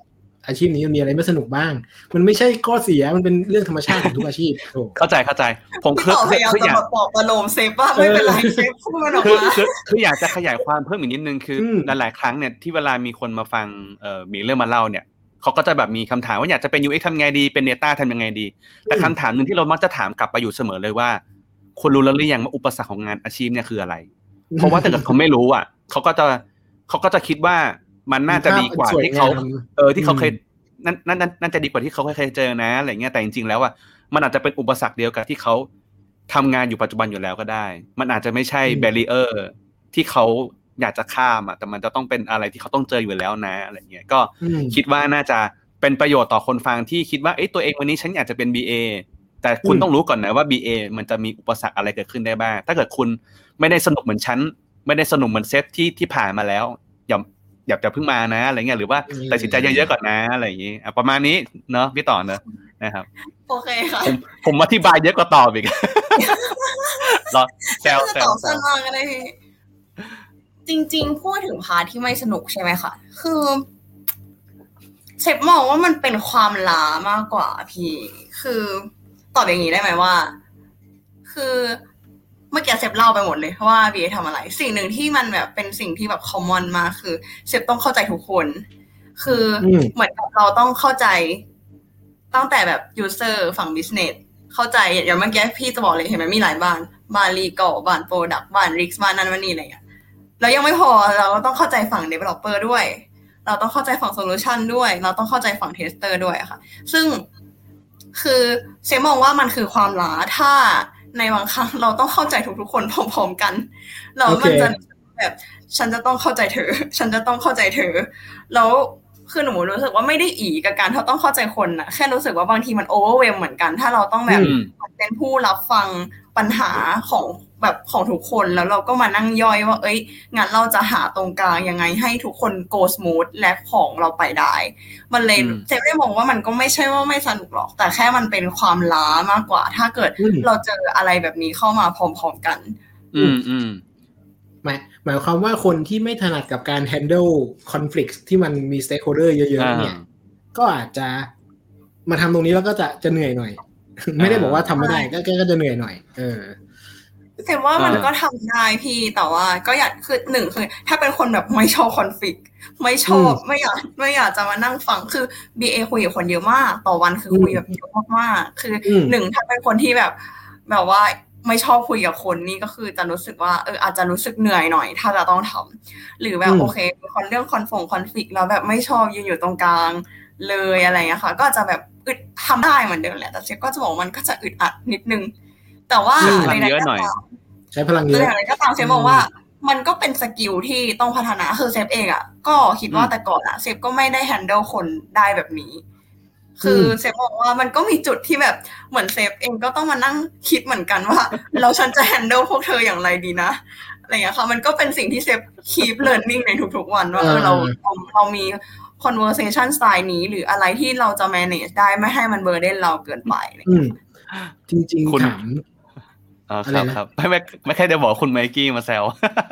อาชีพนี้มันมีอะไรไม่สนุกบ้างมันไม่ใช่ข้อเสียมันเป็นเรื่องธรรมชาติของทุกอาชีพเข้าใจเข้าใจผมคือคืออยากจะบอกประโลมเซฟว่าไม่เป็นไรเซฟพูดมันออกมาคือคืออยากจะขยายความเพิ่มอีกนิดนึงคือหลายๆครั้งเนี่ยที่เวลามีคนมาฟังเอ่อมีเรื่องมาเล่าเนี่ยเขาก็จะแบบมีคำถามว่าอยากจะเป็น ยู เอ็กซ์ ทำไงดีเป็น Data ทำยังไงดีแต่คำถามนึงที่เรามักจะถามกลับไปอยู่เสมอเลยว่าคุณรู้แล้วหรือยังว่าอุปสรรคของงานอาชีพเนี่ยคืออะไรเพราะว่าถ้าเกิดเขาไม่รู้อ่ะเขาก็จะเขาก็จะคิดว่ามันน่าจะดีกว่าที่เขาเออที่เขาเคยนั่นนั่นน่าจะดีกว่าที่เขาเคยเจอนะอะไรเงี้ยแต่จริงๆแล้วอ่ะมันอาจจะเป็นอุปสรรคเดียวกับที่เขาทำงานอยู่ปัจจุบันอยู่แล้วก็ได้มันอาจจะไม่ใช่แบรีเออร์ที่เขาอยากจะข้ามอ่ะแต่มันจะต้องเป็นอะไรที่เขาต้องเจออยู่แล้วนะอะไรเงี้ยก็คิดว่าน่าจะเป็นประโยชน์ต่อคนฟังที่คิดว่าเอ้ยตัวเองวันนี้ฉันอยากจะเป็น บี เอ แต่คุณต้องรู้ก่อนนะว่า บี เอ มันจะมีอุปสรรคอะไรเกิดขึ้นได้บ้างถ้าเกิดคุณไม่ได้สนุกเหมือนฉันไม่ได้สนุกเหมือนเซฟที่ที่ผ่านมาแล้วอย่าอย่าจะเพิ่งมานะอะไรเงี้ยหรือว่าตัดสินใจเยอะๆก่อนนะอะไรอย่างงี้อ่ะประมาณนี้เนาะพี่ต่อเนอะนะครับโอเคค่ะผมผมอธิบายเยอะกว่าตอบอีกรอแซวแซวสั้นมากก็ได้จริงๆพูดถึงพาร์ทที่ไม่สนุกใช่ไหมคะคือเซฟมองว่ามันเป็นความล้ามากกว่าพี่คือตอบอย่างนี้ได้ไหมว่าคือเมื่อกี้เซฟเล่าไปหมดเลยว่า บี เอ ทำอะไรสิ่งหนึ่งที่มันแบบเป็นสิ่งที่แบบคอมมอนมากคือเซฟต้องเข้าใจทุกคนคือเหมือนกับเราต้องเข้าใจตั้งแต่แบบ user ฝั่ง business เข้าใจอย่างเมื่อกี้พี่จะบอกเลยเห็นไหมมีหลายบ้านบ้าน legal บ้าน product บ้าน risk บ้านนั้นบ้านนี่อะไรอย่างเงี้ยแล้วยังไม่พอเราก็ต้องเข้าใจฝั่ง developer ด้วยเราต้องเข้าใจฝั่ง solution ด้วยเราต้องเข้าใจฝั่ง tester ด้วยค่ะซึ่งคือเซฟมองว่ามันคือความล้าถ้าในบางครั้งเราต้องเข้าใจทุกๆคนพร้อมๆกันแล้วมันจะแบบฉันจะต้องเข้าใจเธอฉันจะต้องเข้าใจเธอแล้วคือหนูรู้สึกว่าไม่ได้อีกับการที่ต้องเข้าใจคนน่ะแค่รู้สึกว่าบางทีมันโอเวอร์เวลเหมือนกันถ้าเราต้องแบบเป็นผู้รับฟังปัญหาของแบบของทุกคนแล้วเราก็มานั่งย่อยว่าเอ้ยงั้นเราจะหาตรงกลางยังไงให้ทุกคน go smooth และของเราไปได้มันเลยเซฟได้มองว่ามันก็ไม่ใช่ว่าไม่สนุกหรอกแต่แค่มันเป็นความล้ามากกว่าถ้าเกิดเราเจออะไรแบบนี้เข้ามาพร้อมๆกันอืมอืมหมายหมายความว่าคนที่ไม่ถนัดกับการ handle conflict ที่มันมี stakeholder เยอะๆเนี่ยก็อาจจะมาทำตรงนี้แล้วก็จะจะเหนื่อยหน่อยไม่ได้บอกว่าทำไม่ได้ก็ก็จะเหนื่อยหน่อยเออแต่ว่ามันก็ทำได้พี่แต่ว่าก็อยากคือหนึ่งคือถ้าเป็นคนแบบไม่ชอบคอนฟลิกต์ไม่ชอบไม่อยากไม่อยากจะมานั่งฟังคือ บี เอ คุยกับคนเยอะมากต่อวันคือคุยแบบเยอะมากๆคือหนึ่งถ้าเป็นคนที่แบบแบบว่าไม่ชอบคุยกับคนนี่ก็คือจะรู้สึกว่าเอออาจจะรู้สึกเหนื่อยหน่อยถ้าจะต้องทำหรือแบบโอเคคนเรื่องคอนฟงคอนฟลิกต์แล้วแบบไม่ชอบยืนอยู่ตรงกลางเลยอะไรเงี้ยค่ะก็จะแบบอึดทำได้เหมือนเดิมแหละแต่เชฟก็จะบอกมันก็จะอึดอัดนิดนึงแต่ว่าในนั้นก็ใช้พลังเยอะอะไรก็ตามเชฟมองว่ามันก็เป็นสกิลที่ต้องพัฒนาคือเชฟเองอ่ะก็คิดว่าแต่ก่อนอ่ะเชฟก็ไม่ได้แฮนเดิลคนได้แบบนี้คือเชฟบอกว่ามันก็มีจุดที่แบบเหมือนเชฟเองก็ต้องมานั่งคิดเหมือนกันว่าเราฉันจะแฮนเดิลพวกเธออย่างไรดีนะอะไรอย่างเงี้ยค่ะมันก็เป็นสิ่งที่เชฟ keep learning ในทุกๆวันว่าเออเราเรามี conversation style นี้หรืออะไรที่เราจะ manage ได้ไม่ให้มัน burden เราเกินไปจริงๆถามอ๋อครับครับไม่ไม่ไม่แค่จะบอกคุณไมกี้มาแซว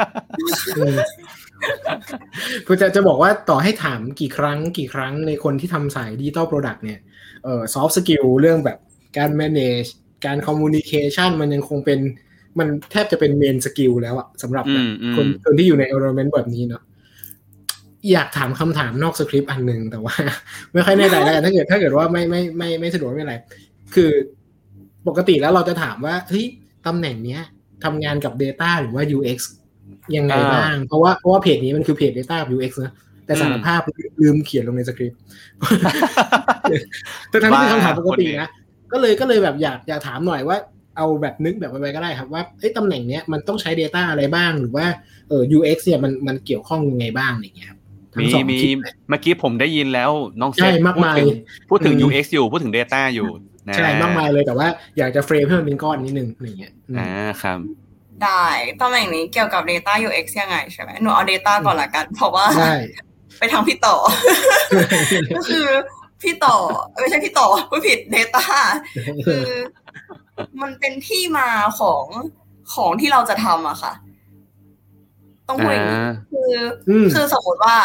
คือจะจะบอกว่าต่อให้ถามกี่ครั้งกี่ครั้งในคนที่ทำสาย Digital Product เนี่ยเอ่อ soft skill เรื่องแบบการ manage การ communication มันยังคงเป็นมันแทบจะเป็น main skill แล้วอะสำหรับคนคนที่อยู่ใน environment แบบนี้เนาะอยากถามคำถามนอกสคริปต์อันนึงแต่ว่าไม่ค่อยแน่ใจแล้วกันถ้าเกิดถ้าเกิดว่าไม่ไม่ไม่ไม่สะดวกไม่เป็นไรคือปกติแล้วเราจะถามว่าเฮ้ยตำแหน่งเนี้ยทำงานกับ data หรือว่า ยู เอ็กซ์ ยังไงบ้างเพราะว่าเพราะว่าเพจนี้มันคือเพจ data กับ ยู เอ็กซ์ นะแต่สารภาพลืมเขียนลงในสคริปต์แต่ทั้งที่เป็นคำถามปกตินะก็เลยก็เลยแบบอยากอยากถามหน่อยว่าเอาแบบนึกแบบไว้ก็ได้ครับว่าเอ้ยตำแหน่งเนี้ยมันต้องใช้ data อะไรบ้างหรือว่าเอ่อ ยู เอ็กซ์ เนี่ยมันมันเกี่ยวข้องยังไงบ้างอย่างเงี้ยมีมีเมื่อกี้ผมได้ยินแล้วน้องเซฟพูดถึง ยู เอ็กซ์ อยู่พูดถึง data อยู่ใช่มากมายเลยแต่ว่าอยากจะเฟรมให้มันเป็นก้อนนิดนึงอะไรเงี้ยอ่าครับได้ตำแหน่งนี้เกี่ยวกับ data ยู เอ็กซ์ ยังไงใช่ไหมหนูเอา data ก่อนละกันเพราะว่าไปทางพี่ต่อก็คือพี่ต่อไม่ใช่พี่ต่อผู้ผิด data คือมันเป็นที่มาของของที่เราจะทำอะค่ะต้องพูดอย่างนี้คือคือสมมติว่า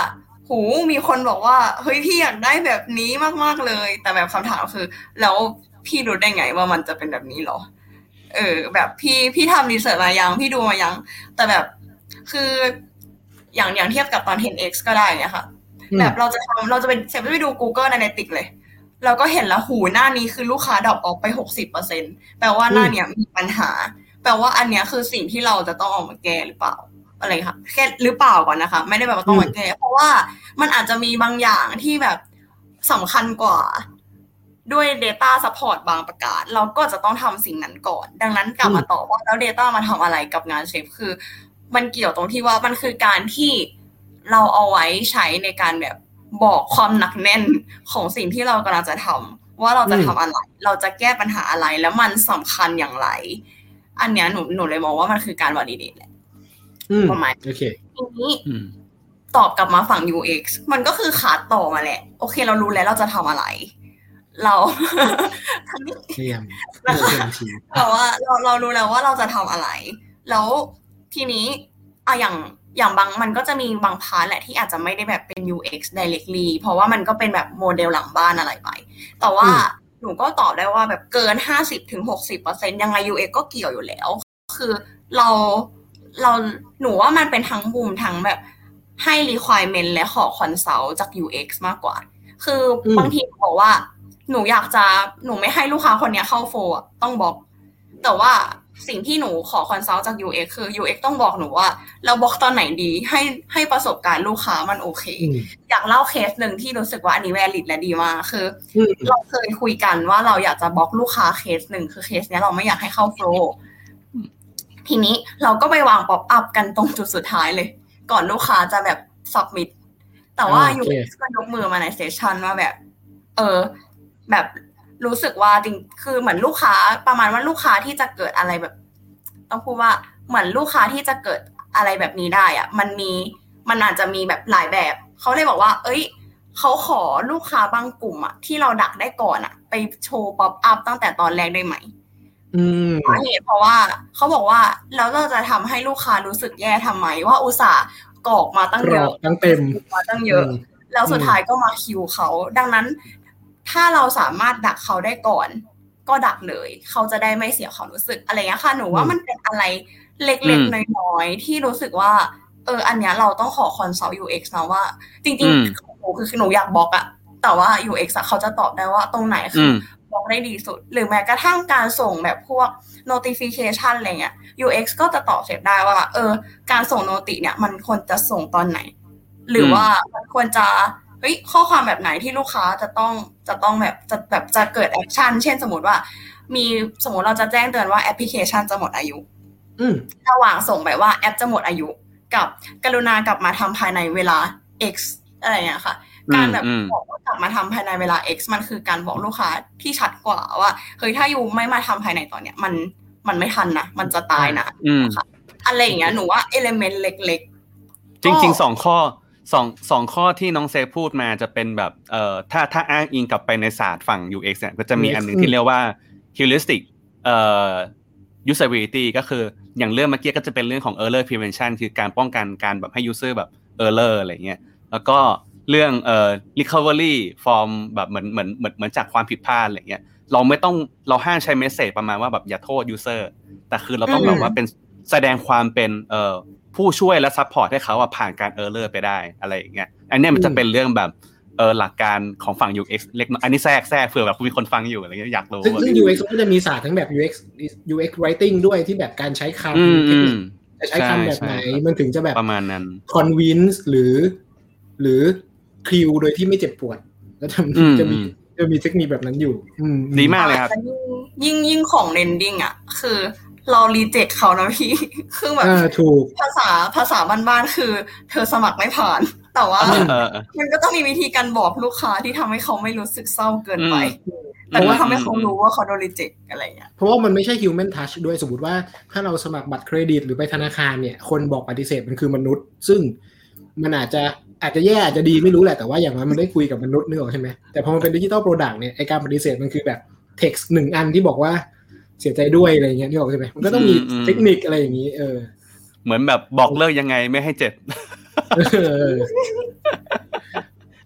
โหมีคนบอกว่าเฮ้ยพี่อยากได้แบบนี้มากๆเลยแต่แบบคำถามคือแล้วพี่รู้ได้ไงว่ามันจะเป็นแบบนี้หรอเออแบบพี่พี่ทำรีเสิร์ชมายังพี่ดูมายังแต่แบบคืออย่างอย่างเทียบกับตอน เท็น เอ็กซ์ ก็ได้เนี่ยค่ะแบบเราจะทำเราจะเป็นเสร็จไปดู Google Analytics เลยเราก็เห็นแล้วหูหน้านี้คือลูกค้าดรอปออกไป หกสิบเปอร์เซ็นต์ แปลว่าหน้าเนี้ยมีปัญหาแปลว่าอันเนี้ยคือสิ่งที่เราจะต้องออกมาแก้หรือเปล่าอะไรค่ะแค่หรือเปล่าก่อนนะคะไม่ได้แบบว่าต้องมาแก้เพราะว่ามันอาจจะมีบางอย่างที่แบบสำคัญกว่าด้วย data support บางประการเราก็จะต้องทำสิ่งนั้นก่อนดังนั้นกลับมาตอบว่าแล้ว data มาทำอะไรกับงานเชฟคือมันเกี่ยวตรงที่ว่ามันคือการที่เราเอาไว้ใช้ในการแบบบอกความหนักแน่นของสิ่งที่เรากำลังจะทำว่าเราจะทำอะไรเราจะแก้ปัญหาอะไรแล้วมันสำคัญอย่างไรอันเนี้ยหนูหนูเลยมองว่ามันคือการ validate แหละประมาณโอเคทีนี้ตอบกลับมาฝั่ง ยู เอ็กซ์ มันก็คือขาดต่อมาแหละโอเคเรารู้แล้วเราจะทำอะไรเราทำนี่เรียมแต่ว่าเราเรารู้แล้วว่าเราจะทำอะไรแล้วทีนี้อะอย่างอย่างบางมันก็จะมีบางพาร์ทแหละที่อาจจะไม่ได้แบบเป็น ยู เอ็กซ์ directly เพราะว่ามันก็เป็นแบบโมเดลหลังบ้านอะไรไปแต่ว่าหนูก็ตอบได้ว่าแบบเกิน ห้าสิบถึงหกสิบเปอร์เซ็นต์ ยังไง ยู เอ็กซ์ ก็เกี่ยวอยู่แล้วคือเราเราหนูว่ามันเป็นทั้งมุมทั้งแบบให้ requirement และขอ consult จาก ยู เอ็กซ์ มากกว่าคือบางทีบอกว่าหนูอยากจะหนูไม่ให้ลูกค้าคนนี้เข้าโฟลอ่ะต้องบอกแต่ว่าสิ่งที่หนูขอ consult จาก ยู เอ็กซ์ คือ ยู เอ็กซ์ ต้องบอกหนูว่าเราบล็อกตอนไหนดีให้ให้ประสบการณ์ลูกค้ามันโอเคอยากเล่าเคสนึงที่รู้สึกว่าอันนี้ valid และดีมากคือเราเคยคุยกันว่าเราอยากจะบล็อกลูกค้าเคสนึงคือเคสเนี้ยเราไม่อยากให้เข้าโฟลทีนี้เราก็ไปวางป๊อปอัพกันตรงจุดสุดท้ายเลยก่อนลูกค้าจะแบบ submit แต่ว่า ยู เอ็กซ์ ก็ยกมือมาในเซสชันว่าแบบเออแบบรู้สึกว่าจริงคือเหมือนลูกค้าประมาณว่าลูกค้าที่จะเกิดอะไรแบบต้องพูดว่าเหมือนลูกค้าที่จะเกิดอะไรแบบนี้ได้อะมันมีมันอาจจะมีแบบหลายแบบเขาเลยบอกว่าเอ้ยเขาขอลูกค้าบางกลุ่มอะที่เราดักได้ก่อนอะไปโชว์ป๊อปอัพตั้งแต่ตอนแรกได้ไหมอืมเหตุเพราะว่าเขาบอกว่าแล้วเราจะทำให้ลูกค้ารู้สึกแย่ทำไมว่าอุตส่าห์กรอกมาตั้งเยอะตั้งเต็มมาตั้งเยอะแล้วสุดท้ายก็มาคิวเขาดังนั้นถ้าเราสามารถดักเขาได้ก่อนก็ดักเลยเขาจะได้ไม่เสียความรู้สึกอะไรเงี้ยค่ะหนูว่ามันเป็นอะไรเล็กๆน้อยๆที่รู้สึกว่าเอออันเนี้ยเราต้องขอคอนซัลท์ ยู เอ็กซ์ นะว่าจริงๆของหนูคือหนูอยากบล็อกอะแต่ว่า ยู เอ็กซ์ เขาจะตอบได้ว่าตรงไหนคือบล็อกได้ดีสุดหรือแม้กระทั่งการส่งแบบพวก notification อะไรเงี้ย ยู เอ็กซ์ ก็จะตอบเสร็จได้ว่าเออการส่งโนติเนี่ยมันควรจะส่งตอนไหนหรือว่ามันควรจะเฮ้ยข้อความแบบไหนที่ลูกค้าจะต้องจะต้องแบบจะแบบจะเกิดแอคชั่นเช่นสมมติว่ามีสมมติเราจะแจ้งเตือนว่าแอปพลิเคชันจะหมดอายุระหว่างส่งไปว่าแอปจะหมดอายุกับกรุณากลับมาทำภายในเวลา X อะไรเงี้ยค่ะการแบบบอกว่ากลับมาทำภายในเวลา X มันคือการบอกลูกค้าที่ชัดกว่าว่าเฮ้ยถ้าอยู่ไม่มาทำภายในตอนเนี้ยมันมันไม่ทันนะมันจะตายนะนะคะอะไรอย่างเงี้ยหนูว่าเอลิเมนต์เล็กๆจริงๆสองข้อสองสองข้อที่น้องเซฟพูดมาจะเป็นแบบเอ่อถ้าถ้าอ้างอิงกลับไปในศาสตร์ฝั่ง ยู เอ็กซ์ เนี่ยก็จะมีอันนึงที่เรียกว่า heuristic เอ่อ usability ก็คืออย่างเรื่องเมื่อกี้ก็จะเป็นเรื่องของ error prevention คือการป้องกันการแบบให้ user แบบ error อะไรเงี้ยแล้วก็เรื่องเอ่อ recovery from แบบเหมือนเหมือนเหมือนเหมือนจากความผิดพลาดอะไรเงี้ยเราไม่ต้องเราห้ามใช้ message ประมาณว่าแบบอย่าโทษ user แต่คือเราต้องแบบว่าเป็นแสดงความเป็นเอ่อผู้ช่วยและซัพพอร์ตให้เขาอ่ะผ่านการเออร์เลอร์ไปได้อะไรอย่างเงี้ยอันนี้มันจะเป็นเรื่องแบบเออหลักการของฝั่ง ยู เอ็กซ์ เล็กอันนี้แทรกแทรกเผื่อแบบมีคนฟังอยู่อะไรเงี้ยอยากรู้ซึ่ง ยู เอ็กซ์ ก็จะมีศาสตร์ทั้งแบบ ยู เอ็กซ์ ยู เอ็กซ์ writing ด้วยที่แบบการใช้คำจะใช้คำแบบไหนมันถึงจะแบบประมาณนั้น convince หรือหรือคิวโดยที่ไม่เจ็บปวดแล้วจะจะมีจะมีเทคนิคแบบนั้นอยู่ดีมากเลยครับยิ่งยิ่งของ lending อ่ะคือเรารีเจ็คเขานะพี่คือแบบภาษาภาษาบ้านๆคือเธอสมัครไม่ผ่านแต่ว่ามันก็ต้องมีวิธีการบอกลูกค้าที่ทำให้เขาไม่รู้สึกเศร้าเกินไปแต่ว่าทำให้เขารู้ว่าเขาโดนรีเจ็คอะไรอย่างเงี้ยเพราะว่ามันไม่ใช่ human touch ด้วยสมมติว่าถ้าเราสมัครบัตรเครดิตหรือไปธนาคารเนี่ยคนบอกปฏิเสธมันคือมนุษย์ซึ่งมันอาจจะอาจจะแย่อาจจะดีไม่รู้แหละแต่ว่าอย่างน้อยมันได้คุยกับมนุษย์นึกออกใช่ไหมแต่พอมันเป็นดิจิตอลโปรดักต์เนี่ยไอการปฏิเสธมันคือแบบ text หนึ่งอันที่บอกว่าเสียใจด้วยอะไรเงี้ยที่บอกใช่ไหมมันก็ต้องมีเทคนิคอะไรอย่างนี้เออเหมือนแบบบอกเลิกยังไงไม่ให้เจ็บ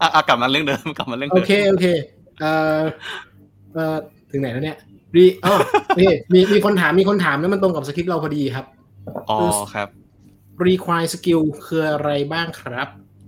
อ่ะกลับมาเรื่องเดิมกลับมาเรื่องเดิมโอเคโอเคเอ่อเอ่อถึงไหนแล้วเนี่ยรีอ๋อโอเคมีมีคนถามมีคนถามแล้วมันตรงกับสคริปต์เราพอดีครับอ๋อครับ require skill คืออะไรบ้างครับ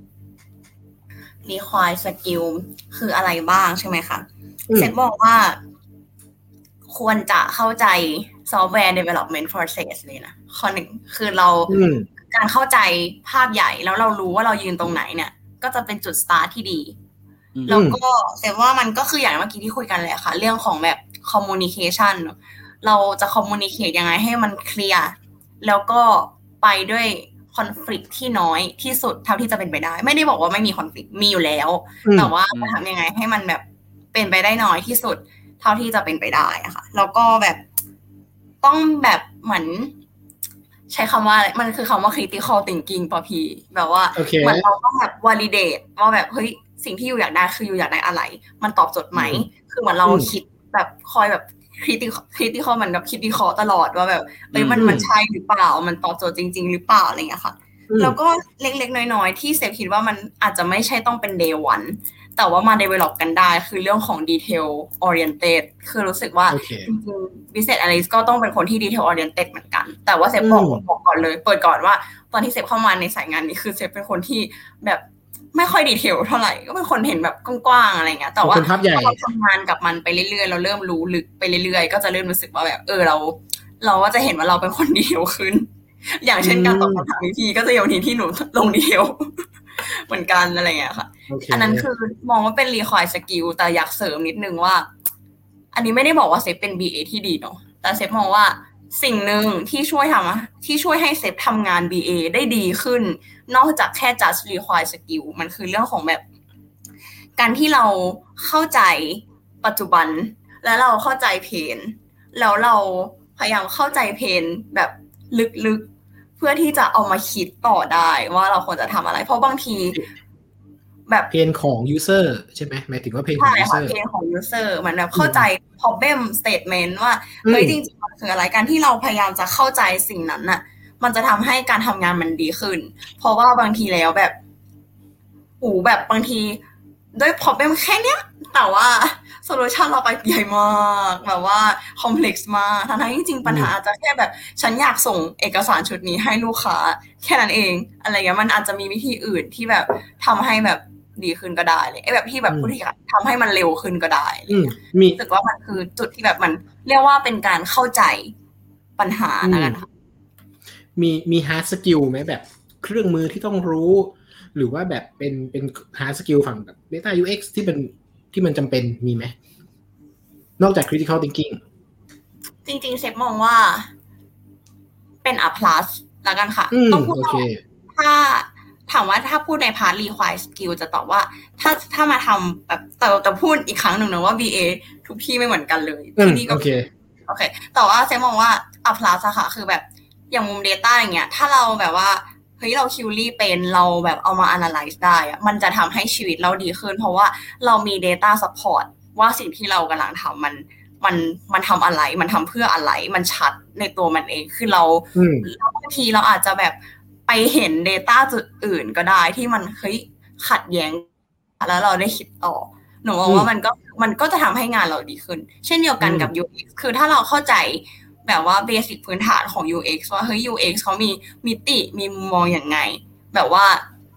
require skill คืออะไรบ้างใช่ไหมคะเซตบอกว่าควรจะเข้าใจ software development process เลยนะข้อหนึ่งคือเราการเข้าใจภาพใหญ่แล้วเรารู้ว่าเรายืนตรงไหนเนี่ยก็จะเป็นจุด start ที่ดีแล้วก็เซตว่ามันก็คืออย่างเมื่อกี้ที่คุยกันเลยค่ะเรื่องของแบบ communication เราจะ communicate ยังไงให้มันเคลียร์แล้วก็ไปด้วยคอนฟลิกต์ที่น้อยที่สุดเท่าที่จะเป็นไปได้ไม่ได้บอกว่าไม่มีคอนฟลิกต์มีอยู่แล้วแต่ว่าจะทำยังไงให้มันแบบเป็นไปได้น้อยที่สุดเท่าที่จะเป็นไปได้อะค่ะแล้วก็แบบต้องแบบเหมือนใช้คำว่ามันคือคำว่า critical thinking ป่ะพี่แบบว่า okay. เหมือนเราต้องแบบ validate ว่าแบบเฮ้ยสิ่งที่อยู่อยากได้คืออยู่อยากได้อะไรมันตอบโจทย์ไหมคือเหมือนเราคิดแบบคอยแบบcritical critical มันแบบคิดวิเคราะห์ตลอดว่าแบบเอ้ยมันมันใช่หรือเปล่ามันตอบโจทย์จริงๆหรือเปล่าอะไรอย่างเงี้ยค่ะแล้วก็เล็กๆน้อยๆที่เซฟคิดว่ามันอาจจะไม่ใช่ต้องเป็น day one แต่ว่ามา develop กันได้คือเรื่องของ detail oriented คือรู้สึกว่า okay. จริงๆ business analyst ก็ต้องเป็นคนที่ detail oriented เหมือนกันแต่ว่าเซฟบอกบอกก่อนเลยเปิดก่อนว่าตอนที่เซฟเข้ามาในสายงานนี้คือเซฟเป็นคนที่แบบไม่ค่อยดีเทลเท่าไหร่ก็เป็นคนเห็นแบบกว้างๆอะไรเงี้ยแต่ว่าพอเราทำงานกับมันไปเรื่อยๆเราเริ่มรู้ลึกไปเรื่อยๆก็จะเริ่มรู้สึกว่าแบบเออเราเราก็จะเห็นว่าเราเป็นคนดีเทลขึ้นอย่างเช่นการตอบคำถามพี่ก็จะโยนทีที่หนูลงดีเทลเหมือนกันอะไรเงี้ยค่ะ okay. อันนั้นคือมองว่าเป็น require skill แต่อยากเสริมนิดนึงว่าอันนี้ไม่ได้บอกว่าเซฟเป็น บี เอ ที่ดีเนาะแต่เซฟมองว่าสิ่งหนึ่งที่ช่วยทำที่ช่วยให้เซฟทำงาน บี เอ ได้ดีขึ้นนอกจากแค่ just require skill มันคือเรื่องของแบบการที่เราเข้าใจปัจจุบันแล้วเราเข้าใจเพนแล้วเราพยายามเข้าใจเพนแบบลึกๆเพื่อที่จะเอามาคิดต่อได้ว่าเราควรจะทำอะไรเพราะบางทีแบบเพนของ user ใช่ไหมหมายถึงว่าเพนของ user เพนของ user เหมือนแบบเข้าใจ problem statement ว่าเฮ้ยจริงๆมันคืออะไรการที่เราพยายามจะเข้าใจสิ่งนั้นน่ะมันจะทำให้การทำงานมันดีขึ้นเพราะว่าบางทีแล้วแบบอู๋แบบบางทีด้วย problem แค่เนี้ยแต่ว่า solution เราไปใหญ่มากแบบว่า complex มากทั้งๆจริงๆปัญหาอาจจะแค่แบบฉันอยากส่งเอกสารชุดนี้ให้ลูกค้าแค่นั้นเองอะไรเงี้ยมันอาจจะมีวิธีอื่นที่แบบทำให้แบบดีขึ้นก็ได้เลยไอ้แบบที่แบบผู้ที่ทำให้มันเร็วขึ้นก็ได้มีรู้สึกว่ามันคือจุดที่แบบมันเรียกว่าเป็นการเข้าใจปัญหาแล้วค่ะมีมี hard skill ไหมแบบเครื่องมือที่ต้องรู้หรือว่าแบบเป็นเป็น hard skill ฝั่งแบบ data ยู เอ็กซ์ ที่เป็นที่มันจำเป็นมีไหมนอกจาก critical thinking จริงๆเซฟมองว่าเป็น a plus แล้วกันค่ะต้องพูดถ้าถามว่าถ้าพูดในพาร์ท require skill จะตอบว่าถ้าถ้ามาทำแบบแต่แต่พูดอีกครั้งหนึ่งนะว่า บี เอ ทุกที่ไม่เหมือนกันเลยที่นี่ก็โอเคโอเคแต่ว่าเซฟมองว่า a plus อะค่ะคือแบบอย่างมุม data อย่างเงี้ยถ้าเราแบบว่าเฮ้ยเราคิวรี่เป็นเราแบบเอามา analyze ได้อะมันจะทำให้ชีวิตเราดีขึ้นเพราะว่าเรามี data support ว่าสิ่งที่เรากำลังทำมันมันมันทำอะไรมันทำเพื่ออะไรมันชัดในตัวมันเองคือเราบางทีเราอาจจะแบบไปเห็น data จุดอื่นก็ได้ที่มันเฮ้ยขัดแย้งแล้วเราได้คิดต่อหนูมองว่ามันก็มันก็จะทำให้งานเราดีขึ้นเช่นเดียวกันกับ ยู เอ็กซ์ คือถ้าเราเข้าใจแบบว่าเบสิกพื้นฐานของ ยู เอ็กซ์ ว่าเฮ้ย ยู เอ็กซ์ เขามีมิติมีมุมมองอย่างไงแบบว่า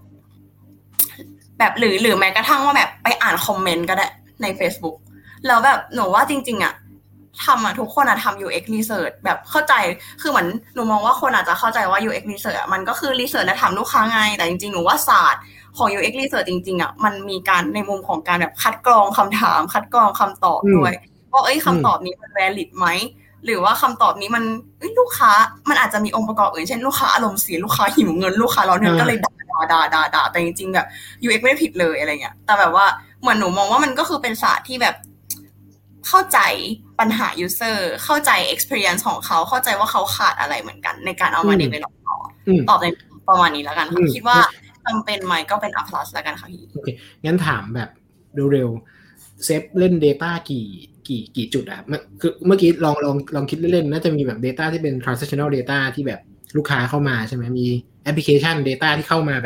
แบบหรือหรือแม้กระทั่งว่าแบบไปอ่านคอมเมนต์ก็ได้ใน Facebook แล้วแบบหนูว่าจริงๆอ่ะทำอ่ะทุกคนอ่ะทำ ยู เอ็กซ์ research แบบเข้าใจคือเหมือนหนูมองว่าคนอาจจะเข้าใจว่า ยู เอ็กซ์ research อ่ะมันก็คือ research และถามลูกค้าไงแต่จริงๆหนูว่าศาสตร์ของ ยู เอ็กซ์ research จริงๆอ่ะมันมีการในมุมของการแบบคัดกรองคำถามคัดกรองคำตอบด้วยว่าเอ้ยคำตอบนี้มัน valid ไหมหรือว่าคำตอบนี้มันลูกค้ามันอาจจะมีองค์ประกอบอื่นเช่นลูกค้าอารมณ์เสียลูกค้าหิวเงินลูกค้าร้อนเงินก็เลยด่าด่าด่าด่าด่าแต่จริงๆแบบ ยู เอ็กซ์ ไม่ได้ผิดเลยอะไรเงี้ยแต่แบบว่าเหมือนหนูมองว่ามันก็คือเป็นศาสตร์ที่แบบเข้าใจปัญหา user เข้าใจ experience ของเขาเข้าใจว่าเขาขาดอะไรเหมือนกันในการเอามา develop ต่อตอบในประมาณนี้แล้วกันค่ะคิดว่าจำเป็นไหมก็เป็น a plus แล้วกันค่ะพี่โอเคงั้นถามแบบเร็วๆเซฟเล่น data กี่กี่กี่จุดอ่ะคือเมื่อกี้ลองลองลองคิดเล่นๆน่าจะมีแบบ data ที่เป็น transactional data ที่แบบลูกค้าเข้ามาใช่ไหมมีแอปพลิเคชัน data ที่เข้ามาแบบ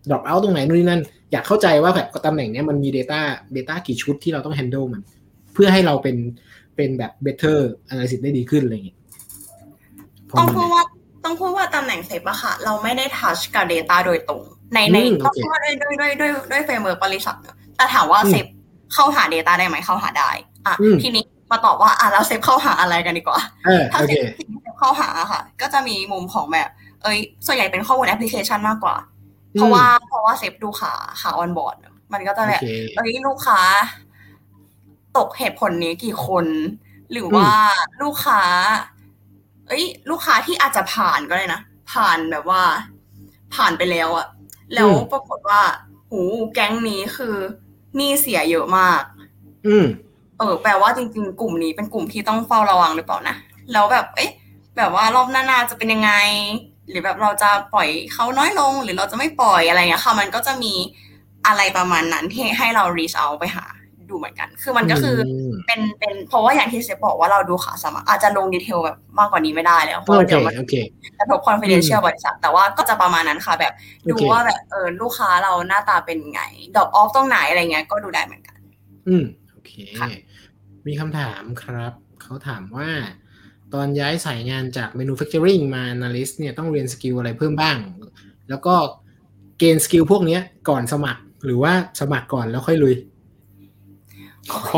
drop out ตรงไหนนู่นนี่นั่นอยากเข้าใจว่าแบบตำแหน่งเนี้ยมันมี data data กี่ชุดที่เราต้อง handle มันเพื่อให้เราเป็นเป็นแบบ better analysis ได้ดีขึ้นอะไรอย่างเงี้ยต้องพูดว่าต้องพูดว่าตำแหน่งเซฟอะค่ะเราไม่ได้ touch กับ data โดยตรงในในต้องพูดว่าด้วยด้วยด้วยด้วยด้วยเฟรมเวิร์คบริษัทแต่ถามว่าเซฟเข้าหา data ได้ไหมเข้าหาได้อ่ะทีนี้มาตอบว่าอ่ะแล้วเซฟเข้าหาอะไรกันดีกว่าถ้าเซฟเข้าหาค่ะก็จะมีมุมของแบบเอ้ยส่วนใหญ่เป็นข้อมูลแอปพลิเคชันมากกว่าเพราะว่าเพราะว่าเซฟดูขาขาออนบอร์ดมันก็จะแบบเอ้ยลูกค้าตกเหตุผลนี้กี่คนหรือว่าลูกค้าเอ้ยลูกค้าที่อาจจะผ่านก็ได้นะผ่านแบบว่าผ่านไปแล้วอะแล้วปรากฏว่าหูแก๊งนี้คือหนี้เสียเยอะมากอืมเออแปลว่าจริงๆกลุ่มนี้เป็นกลุ่มที่ต้องเฝ้าระวังหรือเปล่านะแล้วแบบเอ๊ะแบบว่ารอบหน้าๆจะเป็นยังไงหรือแบบเราจะปล่อยเขาน้อยลงหรือเราจะไม่ปล่อยอะไรเงี้ยค่ะมันก็จะมีอะไรประมาณนั้นที่ให้เรา reach out ไปหาดูเหมือนกันคือมันก็คือเป็นเป็นเพราะว่าอย่างที่เซฟบอกว่าเราดูขาสมัครอาจจะลงดีเทลแบบมากกว่านี้ไม่ได้แล้วเพราะเดี๋ยวมันกระทบ confidential บริษัทแต่ว่าก็จะประมาณนั้นค่ะแบบดูว่าแบบเออลูกค้าเราหน้าตาเป็นไง drop off ตรงไหนอะไรเงี้ยก็ดูได้เหมือนกันอืมโอเคมีคำถามครับเขาถามว่าตอนย้ายสายงานจาก manufacturing มา analyst เนี่ยต้องเรียนสกิลอะไรเพิ่มบ้างแล้วก็เกณฑ์สกิลพวกนี้ก่อนสมัครหรือว่าสมัครก่อนแล้วค่อยลุยโอเค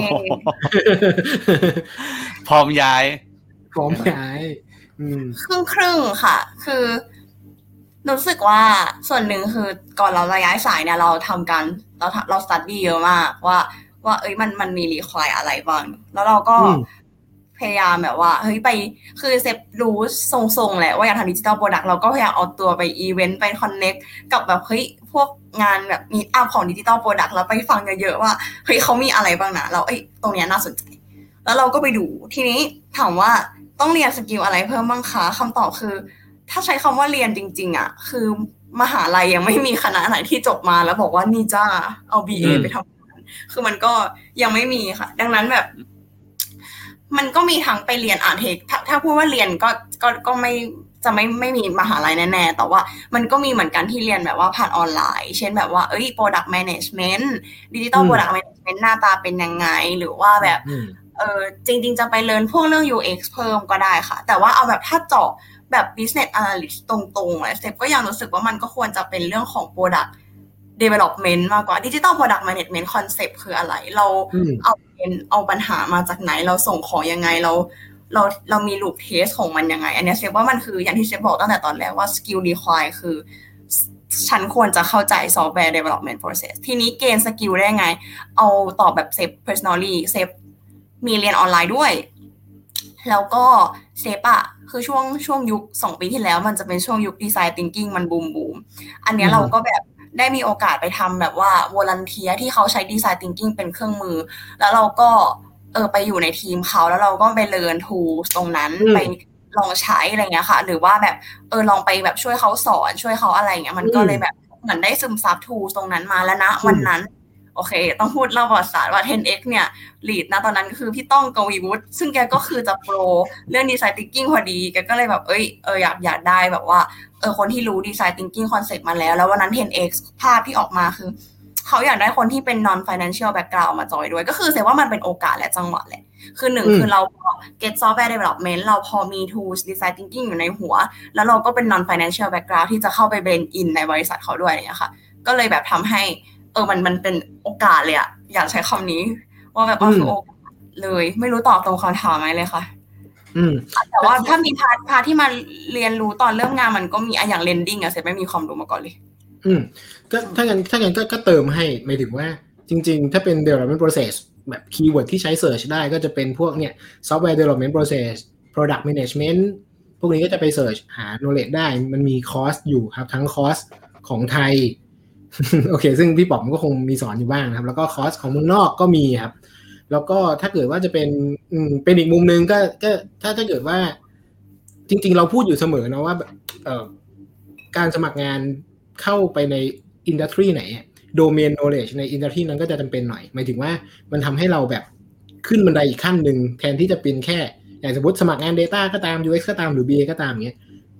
พร้อมย้ายพร้อมย้ายอืมครึ่งครึ่งค่ะคือรู้สึกว่าส่วนหนึ่งคือก่อนเราจะย้ายสายเนี่ยเราทำการเราเราสตั๊ดดี้เยอะมากว่าว่าเอ้ยมันมันมีรีควายอะไรบ้างแล้วเราก็พยายามแบบว่าเฮ้ยไปคือเซฟรู้ทรงๆแหละว่าอยากทำดิจิทัลโปรดักต์เราก็พยายามเอาตัวไปอีเวนต์ไปคอนเน็กกับแบบเฮ้ยพวกงานแบบมีอัพของดิจิทัลโปรดักต์แล้วไปฟังเยอะๆว่าเฮ้ยเขามีอะไรบ้างนะเราเอ้ยตรงเนี้ยน่าสนใจแล้วเราก็ไปดูทีนี้ถามว่าต้องเรียนสกิลอะไรเพิ่มบ้างคะคำตอบคือถ้าใช้คำว่าเรียนจริงๆอ่ะคือมหาลัยยังไม่มีคณะไหนที่จบมาแล้วบอกว่านี่จ้าเอา บี เอ ไปทำคือมันก็ยังไม่มีค่ะดังนั้นแบบมันก็มีทั้งไปเรียนอ่านเทคถ้าถ้าพูดว่าเรียนก็ก็ก็ไม่จะไม่ไม่มีมหาลัยแน่ๆแต่ว่ามันก็มีเหมือนกันที่เรียนแบบว่าผ่านออนไลน์เช่นแบบว่าเอ้ย product management digital product management หน้าตาเป็นยังไงหรือว่าแบบเออจริงๆจะไปเรียนพวกเรื่อง ยู เอ็กซ์ เพิ่มก็ได้ค่ะแต่ว่าเอาแบบถ้าเจาะแบบ business analyst ตรงๆเลยเซฟก็ยังรู้สึกว่ามันก็ควรจะเป็นเรื่องของ product development มากกว่า digital product management concept คืออะไรเราเอาเป็นเอาปัญหามาจากไหนเราส่งของยังไงเราเราเรามี loop test ของมันยังไงอันนี้เซฟว่ามันคืออย่างที่เซฟบอกตั้งแต่ตอนแรกว่า skill require คือฉันควรจะเข้าใจ software development process ทีนี้เกณฑ์สกิลได้ไงเอาตอบแบบเซฟ personally เซฟมีเรียนออนไลน์ด้วยแล้วก็เซฟอะคือช่วงช่วงยุคสองปีที่แล้วมันจะเป็นช่วงยุค design thinking มันบูมบูมอันนี้เราก็แบบได้มีโอกาสไปทำแบบว่าวอลันเทียร์ที่เขาใช้ design thinking เป็นเครื่องมือแล้วเราก็เออไปอยู่ในทีมเขาแล้วเราก็ไปเรียน tools ตรงนั้นไปลองใช้อะไรเงี้ยค่ะหรือว่าแบบเออลองไปแบบช่วยเขาสอนช่วยเขาอะไรเงี้ยมันก็เลยแบบเหมือนได้ซึมซับ tools ตรงนั้นมาแล้วนะวันนั้นโอเคต้องพูดเล่าประวัติศาสตร์ว่า เท็น เอ็กซ์ เนี่ยลีดนะตอนนั้นคือพี่ต้องกวีวุฒิซึ่งแกก็คือจะโปรเรื่อง design thinking พอดีแกก็เลยแบบเอ้ยเอออยากอยากได้แบบว่าเออคนที่รู้ design thinking concept มาแล้วแล้ววันนั้น เท็น เอ็กซ์ ภาพที่ออกมาคือเขาอยากได้คนที่เป็น non financial background มาจอยด้วยก็คือแสดงว่ามันเป็นโอกาสและจังหวะแหละคือหนึ่งคือเราพอ get software development เราพอมี tools design thinking อยู่ในหัวแล้วเราก็เป็น non financial background ที่จะเข้าไป blend in ในบริษัทเขาด้วยอะไรอย่างเงี้ยค่ะก็เลยแบบทำให้เออมันมันเป็นโอกาสเลยอะอยากใช้คำนี้ว่าแบบว่าคือโอกาสเลยไม่รู้ตอบตรงคำถามไหมเลยค่ะอืมแต่ว่าถ้ามีพาร์ทพาร์ทที่มาเรียนรู้ตอนเริ่มงานมันก็มีอะอย่าง lending อะเสร็จไม่มีความรู้มาก่อนเลยอืมก็ถ้างั้นถ้างั้นก็ก็เติมให้หมายถึงว่าจริงๆถ้าเป็น development process แบบคีย์เวิร์ดที่ใช้ search ได้ก็จะเป็นพวกเนี่ย software development process product management พวกนี้ก็จะไป search หา knowledge ได้มันมีคอร์สอยู่ครับทั้งคอร์สของไทยโอเคซึ่งพี่ป๋อมก็คงมีสอนอยู่บ้างนะครับแล้วก็คอร์สของเมืองนอกก็มีครับแล้วก็ถ้าเกิดว่าจะเป็นอืมเป็นอีกมุมนึงก็ก็ถ้าถ้าเกิดว่าจริงๆเราพูดอยู่เสมอนะว่าเอ่อการสมัครงานเข้าไปในอินดัสทรีไหนโดเมนโนเลจในอินดัสทรีนั้นก็จะจำเป็นหน่อยหมายถึงว่ามันทำให้เราแบบขึ้นบันไดอีกขั้นนึงแทนที่จะเป็นแค่อย่างสมมติสมัครงาน Data ก็ตาม ยู เอ็กซ์ ก็ตามหรือ บี เอ ก็ตามอย่างเงี้ย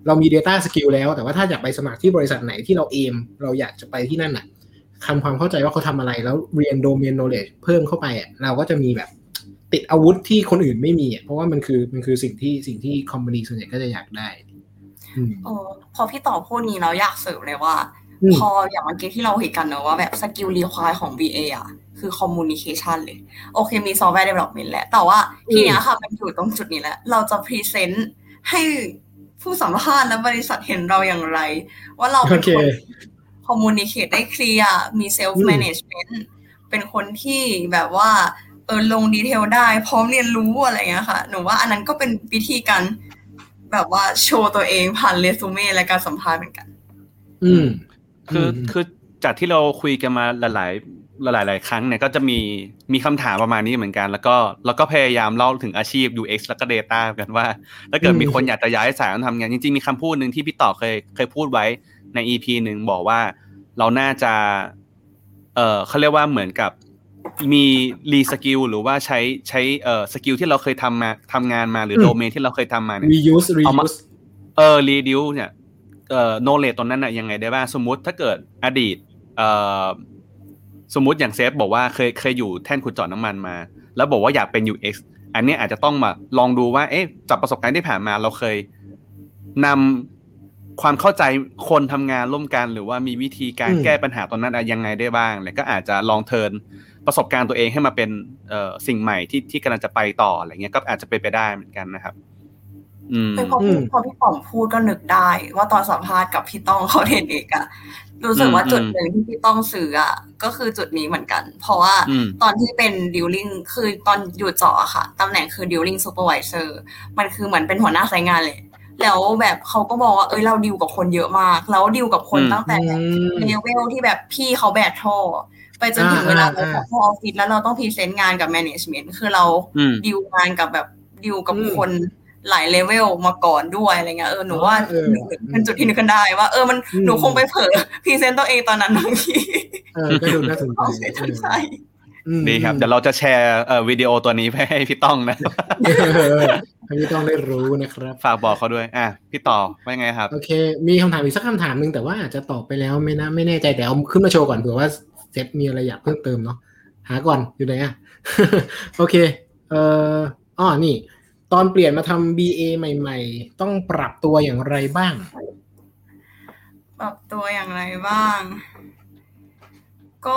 เรามี data skill แล้วแต่ว่าถ้าอยากไปสมัครที่บริษัทไหนที่เราเอมเราอยากจะไปที่นั่นน่ะทำความเข้าใจว่าเขาทำอะไรแล้วเรียน domain knowledge เพิ่มเข้าไปอ่ะเราก็จะมีแบบติดอาวุธที่คนอื่นไม่มีอ่ะเพราะว่ามันคือมันคือสิ่งที่สิ่งที่คอมพานีส่วนใหญ่ก็จะอยากได้โอ้พอพี่ต่อพูดนี้เราอยากเสริมเลยว่าพออย่างเมื่อกี้ที่เราเห็นกันเนอะว่าแบบสกิลรีควายของ บี เอ อ่ะคือ communication เลยโอเคมี software development แหละแต่ว่าทีเนี้ยค่ะมันอยู่ตรงจุดนี้แหละเราจะ present ให้ผู้สัมภาษณ์และบริษัทเห็นเราอย่างไรว่าเราเป็นคน communicate ได้เคลียร์มี self management เป็นคนที่แบบว่าเออลงดีเทลได้พร้อมเรียนรู้อะไรอย่างเงี้ยค่ะหนูว่าอันนั้นก็เป็นวิธีการแบบว่าโชว์ตัวเองผ่านเรซูเม่และการสัมภาษณ์เหมือนกันอืมคือคือจากที่เราคุยกันมาหลายๆหลายๆครั้งเนี่ยก็จะมีมีคำถามประมาณนี้เหมือนกันแล้วก็แล้วก็พยายามเล่าถึงอาชีพ ยู เอ็กซ์ แล้วก็ Data กันว่าถ้าเกิดมีคนอยากจะย้ายสายมาทำงานจริงๆมีคำพูดนึงที่พี่ต่อเคยเคยพูดไว้ใน อี พี นึงบอกว่าเราน่าจะเอ่อเขาเรียกว่าเหมือนกับมีรีสกิลหรือว่าใช้ใช้เอ่อสกิลที่เราเคยทำมาทำงานมาหรือโดเมนที่เราเคยทำมาเนี่ย reuse reuse เออ reduce เนี่ยเอ่อ knowledge ตรงนั้นน่ะยังไงได้บ้างสมมุติถ้าเกิดอดีตเอ่อสมมุติอย่างเซฟบอกว่าเคยเคยอยู่แท่นขุดเจาะน้ำมันมาแล้วบอกว่าอยากเป็น ยู เอ็กซ์ อันนี้อาจจะต้องมาลองดูว่าเอ๊ะจากประสบการณ์ที่ผ่านมาเราเคยนำความเข้าใจคนทำงานร่วมกันหรือว่ามีวิธีการแก้ปัญหาตรงนั้นยังไงได้บ้างเนี่ยก็อาจจะลองเทิร์นประสบการณ์ตัวเองให้มาเป็นเอ่อสิ่งใหม่ที่ที่กำลังจะไปต่ออะไรเงี้ยก็อาจจะเป็นไปได้เหมือนกันนะครับอืมพอพี่พอพี่ป๋อมพูดก็นึกได้ว่าตอนสัมภาษณ์กับพี่ต้องเขาเทนเอกอะรู้สึกว่าจุดหนึ่งที่พี่ต้องซื้ออะก็คือจุดนี้เหมือนกันเพราะว่าตอนที่เป็นดิวลิ่งคือตอนอยู่เจาะอะค่ะตำแหน่งคือดิวลิ่งซูเปอร์วิเซอร์มันคือเหมือนเป็นหัวหน้าสายงานเลยแล้วแบบเขาก็บอกว่าเอ้ยเราดิวกับคนเยอะมากแล้วดิวกับคนตั้งแต่เลเวลที่แบบพี่เขาแบกท่อไปจนถึงเวลาเราเข้าออฟฟิศแล้วเราต้องพรีเซนต์งานกับแมเนจเมนต์คือเราดิวงานกับแบบดิวกับคนหลายเลเวลมาก่อนด้วยอะไรเงี้ยเออหนูว่าเป็นจุดที่นึกกันได้ว่าเออมันหนูคงไปเผลอพรีเซนต์ตัวเองตอนนั้นบางทีเออก็ดูน่าสนใจใช่ดีครับเดี๋ยวเราจะแชร์เอ่อวิดีโอตัวนี้ไปให้พี่ต้องนะให้พี่ต้องได้รู้นะครับฝากบอกเขาด้วยอ่ะพี่ต่อว่าไงครับโอเคมีคำถามอีกสักคำถามนึงแต่ว่าอาจจะตอบไปแล้วไม่นะไม่แน่ใจแต่เอาขึ้นมาโชว์ก่อนเผื่อว่าเซฟมีอะไรอยากเพิ่มเติมเนาะหาก่อนอยู่ไหนอ่ะโอเคเอ่ออ๋อนี่ตอนเปลี่ยนมาทำ บี เอ ใหม่ๆต้องปรับตัวอย่างไรบ้างปรับตัวอย่างไรบ้างก็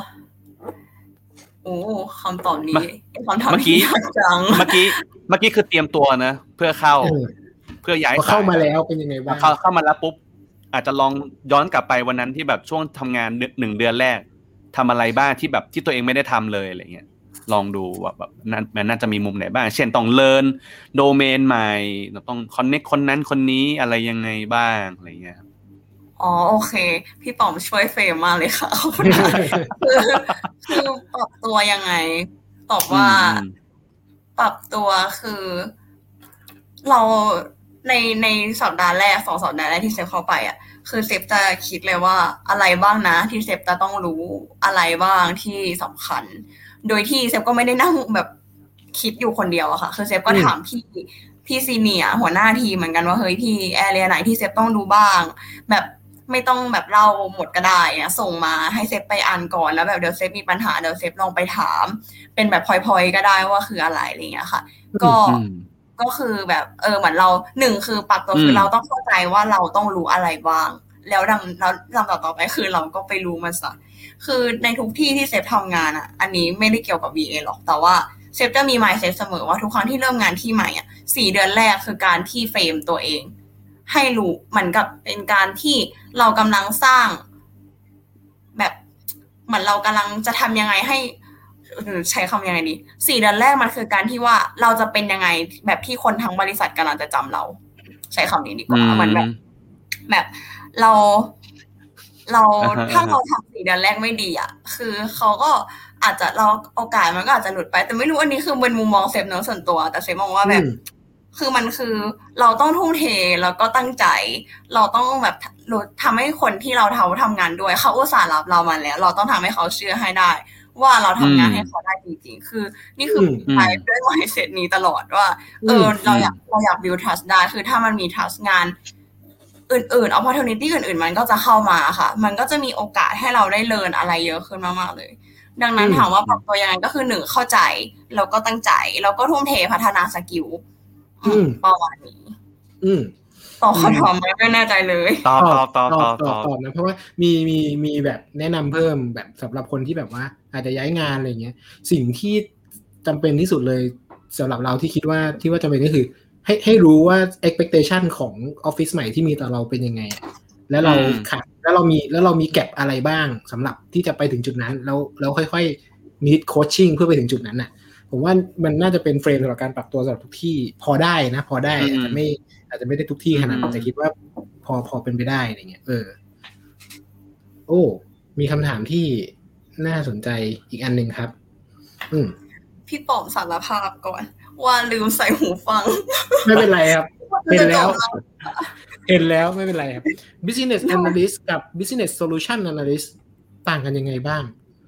โอ้คำตอบนี้คำถามเมื่อกี้จังเมื่อกี้เมื่อกี้คือเตรียมตัวนะเพื่อเข้าเพื่อย้ายเข้ามาแล้วเป็นยังไงบ้างเข้าเข้ามาแล้วปุ๊บอาจจะลองย้อนกลับไปวันนั้นที่แบบช่วงทำงานหนึ่งเดือนแรกทำอะไรบ้างที่แบบที่ตัวเองไม่ได้ทำเลยอะไรเงี้ยลองดูว่าแบบนั้นมันน่าจะมีมุมไหนบ้างเช่นต้องเรียนโดเมนใหม่เราต้องคอนเนคคนนั้นคนนี้อะไรยังไงบ้างอะไรเงี้ยอ๋อโอเคพี่ป๋อมช่วยเฟรมมากเลยค่ะขอบคุณค่ะคือคือปรับตัวยังไงตอบว่าปรับตัวคือเราในในสัปดาห์แรกสองสัปดาห์แรกที่เซฟเข้าไปอ่ะคือเซฟจะคิดเลยว่าอะไรบ้างนะที่เซฟจะต้องรู้อะไรบ้างที่สำคัญโดยที่เซฟก็ไม่ได้นั่งแบบคิดอยู่คนเดียวอะค่ะคือเซฟก็ถามพี่พี่ซีเนียร์หัวหน้าทีมเหมือนกันว่าเฮ้ยพี่แอเรียไหนที่เซฟต้องดูบ้างแบบไม่ต้องแบบเล่าหมดก็ได้นะส่งมาให้เซฟไปอ่านก่อนแล้วแบบเดี๋ยวเซฟมีปัญหาเดี๋ยวเซฟลองไปถามเป็นแบบพลอยๆก็ได้ว่าคืออะไรอะไรอย่างเงี้ยค่ะก็ก็คือแบบเออเหมือนเราหนึ่งคือปรับตัวคือเราต้องเข้าใจว่าเราต้องรู้อะไรบ้างแล้วดังแล้วลำดับต่อไปคือเราก็ไปรู้มันซะคือในทุกที่ที่เซฟทำงานอ่ะอันนี้ไม่ได้เกี่ยวกับ บี เอ หรอกแต่ว่าเซฟจะมี mindset เสมอว่าทุกครั้งที่เริ่มงานที่ใหม่อ่ะสี่เดือนแรกคือการที่เฟรมตัวเองให้รู้เหมือนกับเป็นการที่เรากำลังสร้างแบบเหมือนเรากำลังจะทำยังไงให้ใช้คำยังไงดีสี่เดือนแรกมันคือการที่ว่าเราจะเป็นยังไงแบบที่คนทั้งบริษัทกำลังจะจำเราใช้คำนี้ดีกว่าเหมือนแบบแบบเราเราถ้าเราทำสี่เดือนแรกไม่ดีอ่ะคือเขาก็อาจจะเราโอกาสมันก็อาจจะหลุดไปแต่ไม่รู้อันนี้คือเป็นมุมมองเซฟเนอะส่วนตัวแต่เซฟมองว่าแบบคือมันคือเราต้องทุ่มเทแล้วก็ตั้งใจเราต้องแบบทำให้คนที่เราทำทำงานด้วยเขาอุตส่าห์รับเรามาแล้วเราต้องทำให้เขาเชื่อให้ได้ว่าเราทำงานให้เขาได้จริงๆคือนี่คือไปด้วย mindset นี้ตลอดว่าเออเราอยากเราอยาก build trust ได้คือถ้ามันมี trust งานอื่นๆ opportunity อื่นๆมันก็จะเข้ามาค่ะมันก็จะมีโอกาสให้เราได้เรียนอะไรเยอะขึ้นมากๆเลยดังนั้นถามว่าปรับตัวยังไงก็คือหนึ่งเข้าใจแล้วก็ตั้งใจแล้วก็ทุ่มเทพัฒนาสกิลประมาณนี้ต่อคำถามไม่แน่ใจเลยตอบตอบตอบตอบตอบตอบนะเพราะว่ามีมีมีแบบแนะนำเพิ่มแบบสำหรับคนที่แบบว่าอาจจะย้ายงานอะไรเงี้ยสิ่งที่จำเป็นที่สุดเลยสำหรับเราที่คิดว่าที่ว่าจำเป็นก็คือให้ให้รู้ว่า expectation ของออฟฟิศใหม่ที่มีต่อเราเป็นยังไงแล้วเราขาดแล้วเรามีแล้วเรามีแก็ปอะไรบ้างสำหรับที่จะไปถึงจุดนั้นแล้วแล้วค่อยๆมีโคชชิ่งเพื่อไปถึงจุดนั้นน่ะผมว่ามันน่าจะเป็นเฟรมสำหรับการปรับตัวสำหรับทุกที่พอได้นะพอได้อาจจะไม่อาจจะไม่ได้ทุกที่ขนาดนั้นแต่คิดว่าพอพอเป็นไปได้อะไรเงี้ยเออโอ้มีคำถามที่น่าสนใจอีกอันนึงครับอืมพี่ป๋อมสารภาพก่อนว่าลืมใส่หูฟังไม่เป็นไรครับเป็นแล้วเห็นแล้วไม่เป็นไรครับ business analyst กับ business solution analyst ต่างกันยังไงบ้าง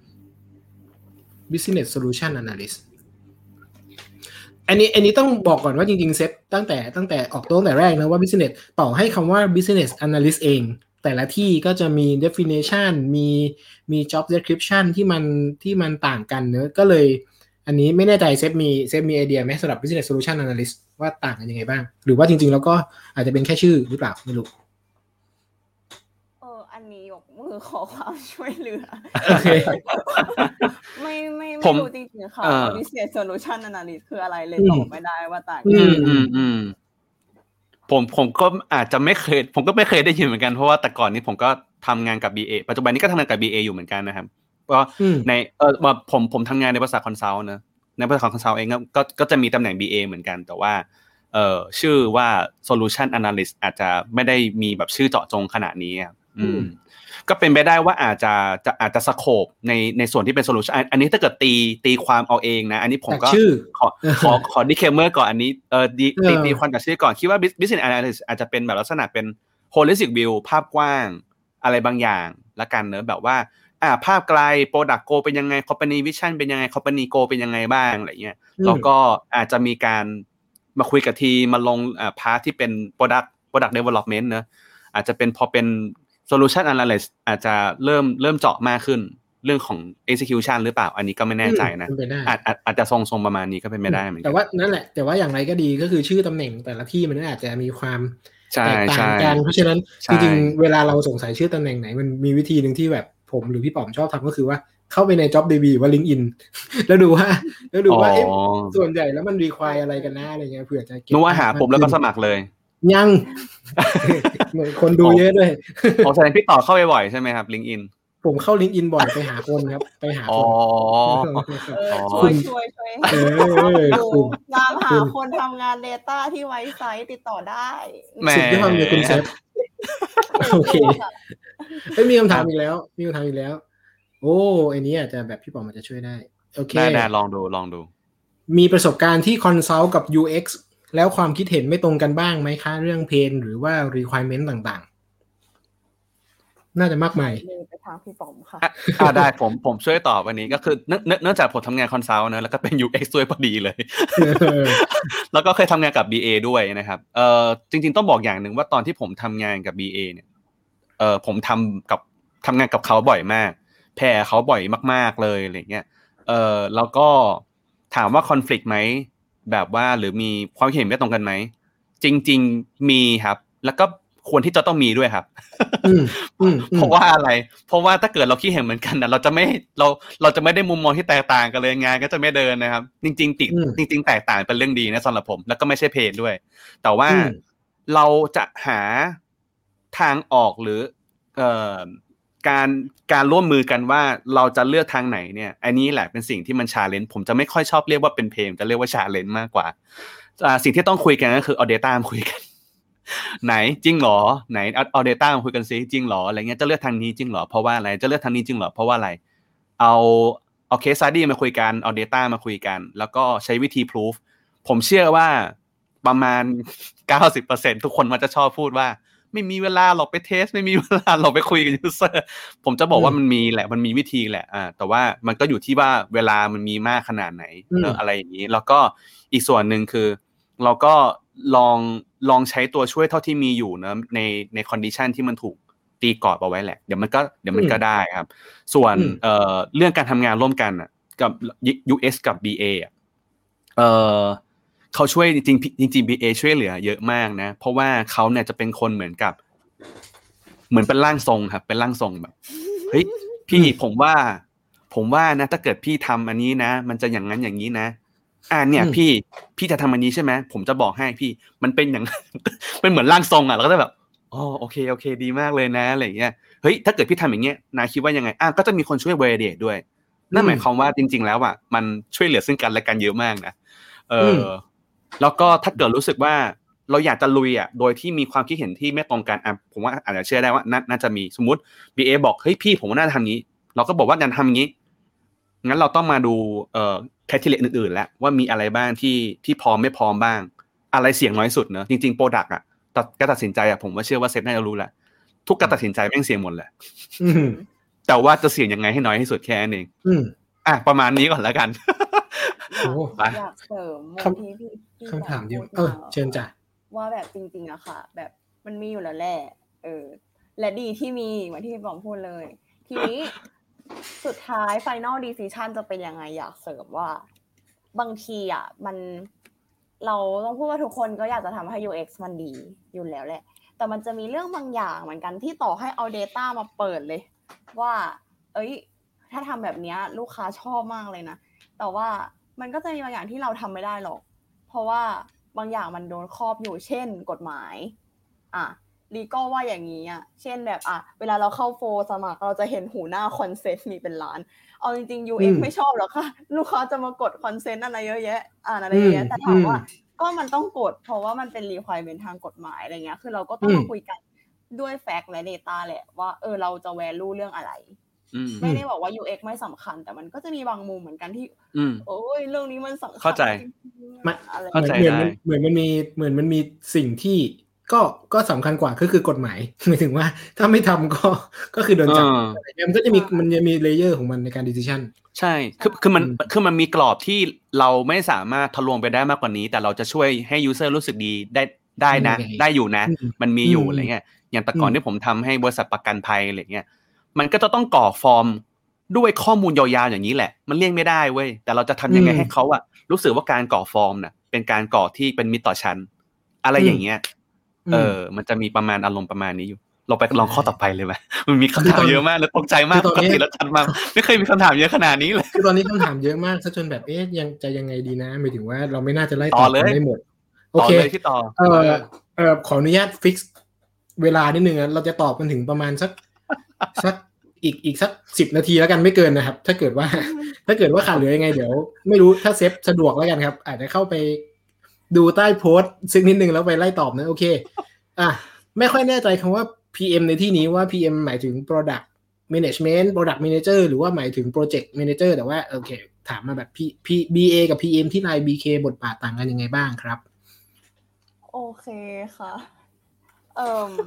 business solution analyst อันนี้อันนี้ต้องบอกก่อนว่าจริงๆเซตตั้งแต่ตั้งแต่ออกตัวตั้งแต่แรกนะว่า business ต่อให้คำว่า business analyst เองแต่ละที่ก็จะมี definition มีมี job description ที่มันที่มันต่างกันเนอะก็เลยอันนี้ไม่แน่ใจเซฟมีเซฟมีไอเดียไหมสำหรับ business solution analyst ว่าต่างกันยังไงบ้างหรือว่าจริงๆแล้วก็อาจจะเป็นแค่ชื่อหรือเปล่าไม่รู้เอออันนี้ยกมือขอความช่วยเหลือโอเคไม่ไม่ไม่รู้จริงๆค่ะ business solution analyst คืออะไรเลยตอบไม่ได้ว่าต่างกันอืมอืมอืมผมผมก็อาจจะไม่เคยผมก็ไม่เคยได้ยินเหมือนกันเพราะว่าแต่ก่อนนี้ผมก็ทำงานกับ บี เอ ปัจจุบันนี้ก็ทำงานกับ บี เอ อยู่เหมือนกันนะครับก็ในเออผมผมทำงานในบริษัทคอนซัลท์นะในบริษัทคอนซัลท์เองก็ก็จะมีตำแหน่ง บี เอ เหมือนกันแต่ว่าเอ่อชื่อว่า solution analyst อาจจะไม่ได้มีแบบชื่อเจาะจงขนาดนี้อ่ะอืมก็เป็นไปได้ว่าอาจจะจะอาจจะสโคปในในส่วนที่เป็น solution อันนี้ถ้าเกิดตีตีความเอาเองนะอันนี้ผมก็ขอขอขอ disclaimer ก่อนอันนี้เอ่อตีตีความจากชื่อก่อนคิดว่า business analyst อาจจะเป็นแบบลักษณะเป็น holistic view ภาพกว้างอะไรบางอย่างละกันเนอะแบบว่าอ่าภาพไกล product go เป็นยังไง company vision เป็นยังไง company go เป็นยังไงบ้างอะไรเงี้ยแล้วก็อาจจะมีการมาคุยกับทีมมาลงอ่าพาร์ทที่เป็น product product development เนอะอาจจะเป็นพอเป็น solution analyst อาจจะเริ่มเริ่มเจาะมากขึ้นเรื่องของ execution หรือเปล่าอันนี้ก็ไม่แน่ใจนะอาจอาจจะทรงๆประมาณนี้ก็เป็นไม่ได้เหมือนกันแต่ว่านั่นแหละแต่ว่าอย่างไรก็ดีก็คือชื่อตำแหน่งแต่ละที่มันอาจจะมีความแตกต่างกันเพราะฉะนั้นจริงๆเวลาเราสงสัยชื่อตำแหน่งไหนมันมีวิธีนึงที่แบบผมหรือพี่ป๋อมชอบทำก็คือว่าเข้าไปใน job ดี บี ว่า LinkedIn แล้วดูว่าแล้วดูว่าเอ๊ะส่วนใหญ่แล้วมัน require อะไรกันนะอะไรเงี้ยเผื่อจะนึกว่าหาผมแล้วก็สมัครเลยยังคนดูเยอะด้วยอ๋อแสดงพี่ต่อเข้าไปบ่อยใช่ไหมครับ LinkedIn ผมเข้า LinkedIn บ่อยไปหาคนครับไปหาคนช่วยช่วยช่วยเออตามหาคนทำงาน data ที่ไว้ไซต์ติดต่อได้สุดยอดเลยคุณเซฟโอเคไม่มีคำถามอีกแล้วมีคำถามอีกแล้วโอ้ไอ้นี้อาจจะแบบพี่ป๋อมอาจจะช่วยได้โอเคได้ๆลองดูลองดูมีประสบการณ์ที่คอนซัลท์กับ ยู เอ็กซ์ แล้วความคิดเห็นไม่ตรงกันบ้างไหมคะเรื่องเพนหรือว่า requirement ต่างๆน่าจะมากมายไปทางพี่ป๋อมค่ะอ่าได้ผมผมช่วยตอบวันนี้ก็คือเนื่องจากผมทำงานคอนซัลท์นะแล้วก็เป็น ยู เอ็กซ์ ด้วยพอดีเลยแล้วก็เคยทำงานกับ บี เอ ด้วยนะครับเอ่อจริงๆต้องบอกอย่างนึงว่าตอนที่ผมทำงานกับ บี เอ เนี่ยเอ่อผมทำกับทำงานกับเขาบ่อยมากแพ้เขาบ่อยมากๆเลยอะไรเงี้ยเอ่อแล้วก็ถามว่าคอนฟลิกต์ไหมแบบว่าหรือมีความเห็นไม่ตรงกันไหมจริงๆมีครับแล้วก็ควรที่จะต้องมีด้วยครับเพราะว่าอะไรเพราะว่าถ้าเกิดเราคิดเห็นเหมือนกันนะเราจะไม่เราเราจะไม่ได้มุมมองที่แตกต่างกันเลยงานก็จะไม่เดินนะครับจริงๆติดจริงๆแตกต่างเป็นเรื่องดีนะสำหรับผมแล้วก็ไม่ใช่เพจด้วยแต่ว่าเราจะหาทางออกหรือเอ่อการการร่วมมือกันว่าเราจะเลือกทางไหนเนี่ยอันนี้แหละเป็นสิ่งที่มัน challenge ผมจะไม่ค่อยชอบเรียกว่าเป็นเพลงจะเรียกว่า challenge มากกว่าอ่าสิ่งที่ต้องคุยกันก็คือเอา data มาคุยกันไหนจริงหรอไหนเอาเอา data มาคุยกันซิจริงหรออะไรเงี้ยจะเลือกทางนี้จริงหรอเพราะว่าอะไรจะเลือกทางนี้จริงหรอเพราะว่าอะไรเอาเอา case study มาคุยกันเอา data มาคุยกันแล้วก็ใช้วิธี proof ผมเชื่อว่าประมาณ เก้าสิบเปอร์เซ็นต์ ทุกคนมันจะชอบพูดว่าไม่มีเวลาหรอกไปเทสไม่มีเวลาหรอกไปคุยกับยูเซอร์ผมจะบอกว่ามันมีแหละมันมีวิธีแหละอ่าแต่ว่ามันก็อยู่ที่ว่าเวลามันมีมากขนาดไหนเนอะอะไรอย่างนี้แล้วก็อีกส่วนหนึ่งคือเราก็ลองลองใช้ตัวช่วยเท่าที่มีอยู่นะในในคอนดิชันที่มันถูกตีกรอบเอาไว้แหละเดี๋ยวมันก็เดี๋ยวมันก็ได้ครับส่วนเอ่อเรื่องการทำงานร่วมกันอ่ะกับ ยู เอ็กซ์ กับ บี เอ อ่ะเอ่อเขาช่วยจริงๆจริงๆ บี เอ ช่วยเหลือเยอะมากนะเพราะว่าเขาเนี่ยจะเป็นคนเหมือนกับเหมือนเป็นร่างทรงครับเป็นร่างทรงแบบเฮ้ยพี่ผมว่าผมว่านะถ้าเกิดพี่ทำอันนี้นะมันจะอย่างนั้นอย่างนี้นะอ่าเนี่ยพี่พี่จะทำอันนี้ใช่ไหมผมจะบอกให้พี่มันเป็นอย่าง เป็นเหมือนร่างทรงอ่ะแล้วก็จะแบบอ๋อโอเคโอเคดีมากเลยนะอะไรอย่างเงี้ยเฮ้ยถ้าเกิดพี่ทำอย่างเงี้ยนายคิดว่ายังไงอ่ะก็จะมีคนช่วย validate ด้วยนั่นหมายความว่าจริงๆแล้วอ่ะมันช่วยเหลือซึ่งกันและกันเยอะมากนะเออแล้วก็ถ้าเกิดรู้สึกว่าเราอยากจะลุยอ่ะโดยที่มีความคิดเห็นที่ไม่ตรงกันอ่ะผมว่าอาจจะเชื่อได้ว่าน่าจะมีสมมุติ บี เอ บอกเฮ้ยพี่ผมว่าน่าจะทำงี้เราก็บอกว่าจะทำอย่างนี้งั้นเราต้องมาดูเอ่อแคทเทอรี่อื่นๆแล้วว่ามีอะไรบ้างที่ที่พร้อมไม่พร้อมบ้างอะไรเสี่ยงน้อยสุดเนอะจริงๆโปรดักต์อ่ะก็ตัดสินใจอ่ะผมว่าเชื่อว่าเซฟน่าจะรู้แหละทุกการตัดสินใจแม่งเสี่ยงหมดแหละแต่ว่าจะเสี่ยงยังไงให้น้อยที่สุดแค่นั้นเองอ่ะประมาณนี้ก่อนแล้วกันอยากเสริมที่พี่คำถามเดียวเออเชิญจ้ะว่าแบบจริงๆอะค่ะแบบมันมีอยู่แล้วแหละเออและดีที่มีเหมือนที่พี่บอมพูดเลยทีนี้สุดท้าย final decision จะเป็นยังไงอยากเสริมว่าบางทีอ่ะมันเราต้องพูดว่าทุกคนก็อยากจะทำให้ ยู เอ็กซ์ มันดีอยู่แล้วแหละแต่มันจะมีเรื่องบางอย่างเหมือนกันที่ต่อให้เอา data มาเปิดเลยว่าเอ้ยถ้าทำแบบนี้ลูกค้าชอบมากเลยนะแต่ว่ามันก็จะมีบางอย่างที่เราทำไม่ได้หรอกเพราะว่าบางอย่างมันโดนครอบอยู่เช่นกฎหมายอ่ะลีก็ว่าอย่างนี้อ่ะเช่นแบบอ่ะเวลาเราเข้าโฟร์สมัครเราจะเห็นหูหน้าคอนเซนต์มีเป็นล้านเอาจริงๆ ยู เอ็กซ์ ไม่ชอบหรอกค่ะลูกค้าจะมากดคอนเซนต์อะไรเยอะแยะอ่านอะไรเยอะแยะแต่ถามว่าก็มันต้องกดเพราะว่ามันเป็น requirement ทางกฎหมายอะไรเงี้ยคือเราก็ต้องมาคุยกันด้วยแฟกต์และ data แหละว่าเออเราจะ value เรื่องอะไรไม่ได้บอกว่า ยู เอ็กซ์ ไม่สำคัญแต่มันก็จะมีบางมุมเหมือนกันที่โอ้ยเรื่องนี้มันสำคัญเข้าใจเข้าใจได้เหมือนมันมีเหมือนมันมีสิ่งที่ก็ก็สำคัญกว่าก็คือกฎหมายหมายถึงว่าถ้าไม่ทำก็ก็คือโดนจับมันก็จะมีมันจะมีเลเยอร์ของมันในการ decision ใช่คือคือมันคือมันมีกรอบที่เราไม่สามารถทะลวงไปได้มากกว่านี้แต่เราจะช่วยให้ user รู้สึกดีได้ได้นะได้อยู่นะมันมีอยู่อะไรเงี้ยอย่างแต่ก่อนที่ผมทำให้บริษัทประกันภัยอะไรเงี้ยมันก็จะต้องกรอกฟอร์มด้วยข้อมูลยาวๆอย่างนี้แหละมันเลี่ยงไม่ได้เว้ยแต่เราจะทำยังไงให้เขาอะรู้สึกว่าการกรอกฟอร์มน่ะเป็นการกรอกที่เป็นมิตรต่อชั้นอะไรอย่างเงี้ยเออมันจะมีประมาณอารมณ์ประมาณนี้อยู่เราไปลองข้อต่อไปเลยไหมมันมีคำถามเยอะมากเลยตกใจมากปกติแล้วจัดมาไม่เคยมีคำถามเยอะขนาดนี้เลยคือตอนนี้คำถามเยอะมากซะจนแบบเอ๊ะยังจะยังไงดีนะหมายถึงว่าเราไม่น่าจะไล่ตอบได้หมดโอเคที่ต่อเออเออขออนุญาตฟิกซ์เวลานิดนึงนะเราจะตอบกันถึงประมาณสักสักอีกอีกสักสิบนาทีแล้วกันไม่เกินนะครับถ้าเกิดว่าถ้าเกิดว่าขาดเหลือยังไงเดี๋ยวไม่รู้ถ้าเซฟสะดวกแล้วกันครับอาจจะเข้าไปดูใต้โพสต์ซึ่งนิดนึงแล้วไปไล่ตอบนะโอเคอ่ะไม่ค่อยแน่ใจคำว่า พี เอ็ม ในที่นี้ว่า พี เอ็ม หมายถึง Product Management Product Manager หรือว่าหมายถึง Project Manager แต่ว่าโอเคถามมาแบบ P P บี เอ กับ พี เอ็ม ที่ไลน์ บี เค บทบาทต่างกันยังไงบ้างครับโอเคค่ะเอ่อ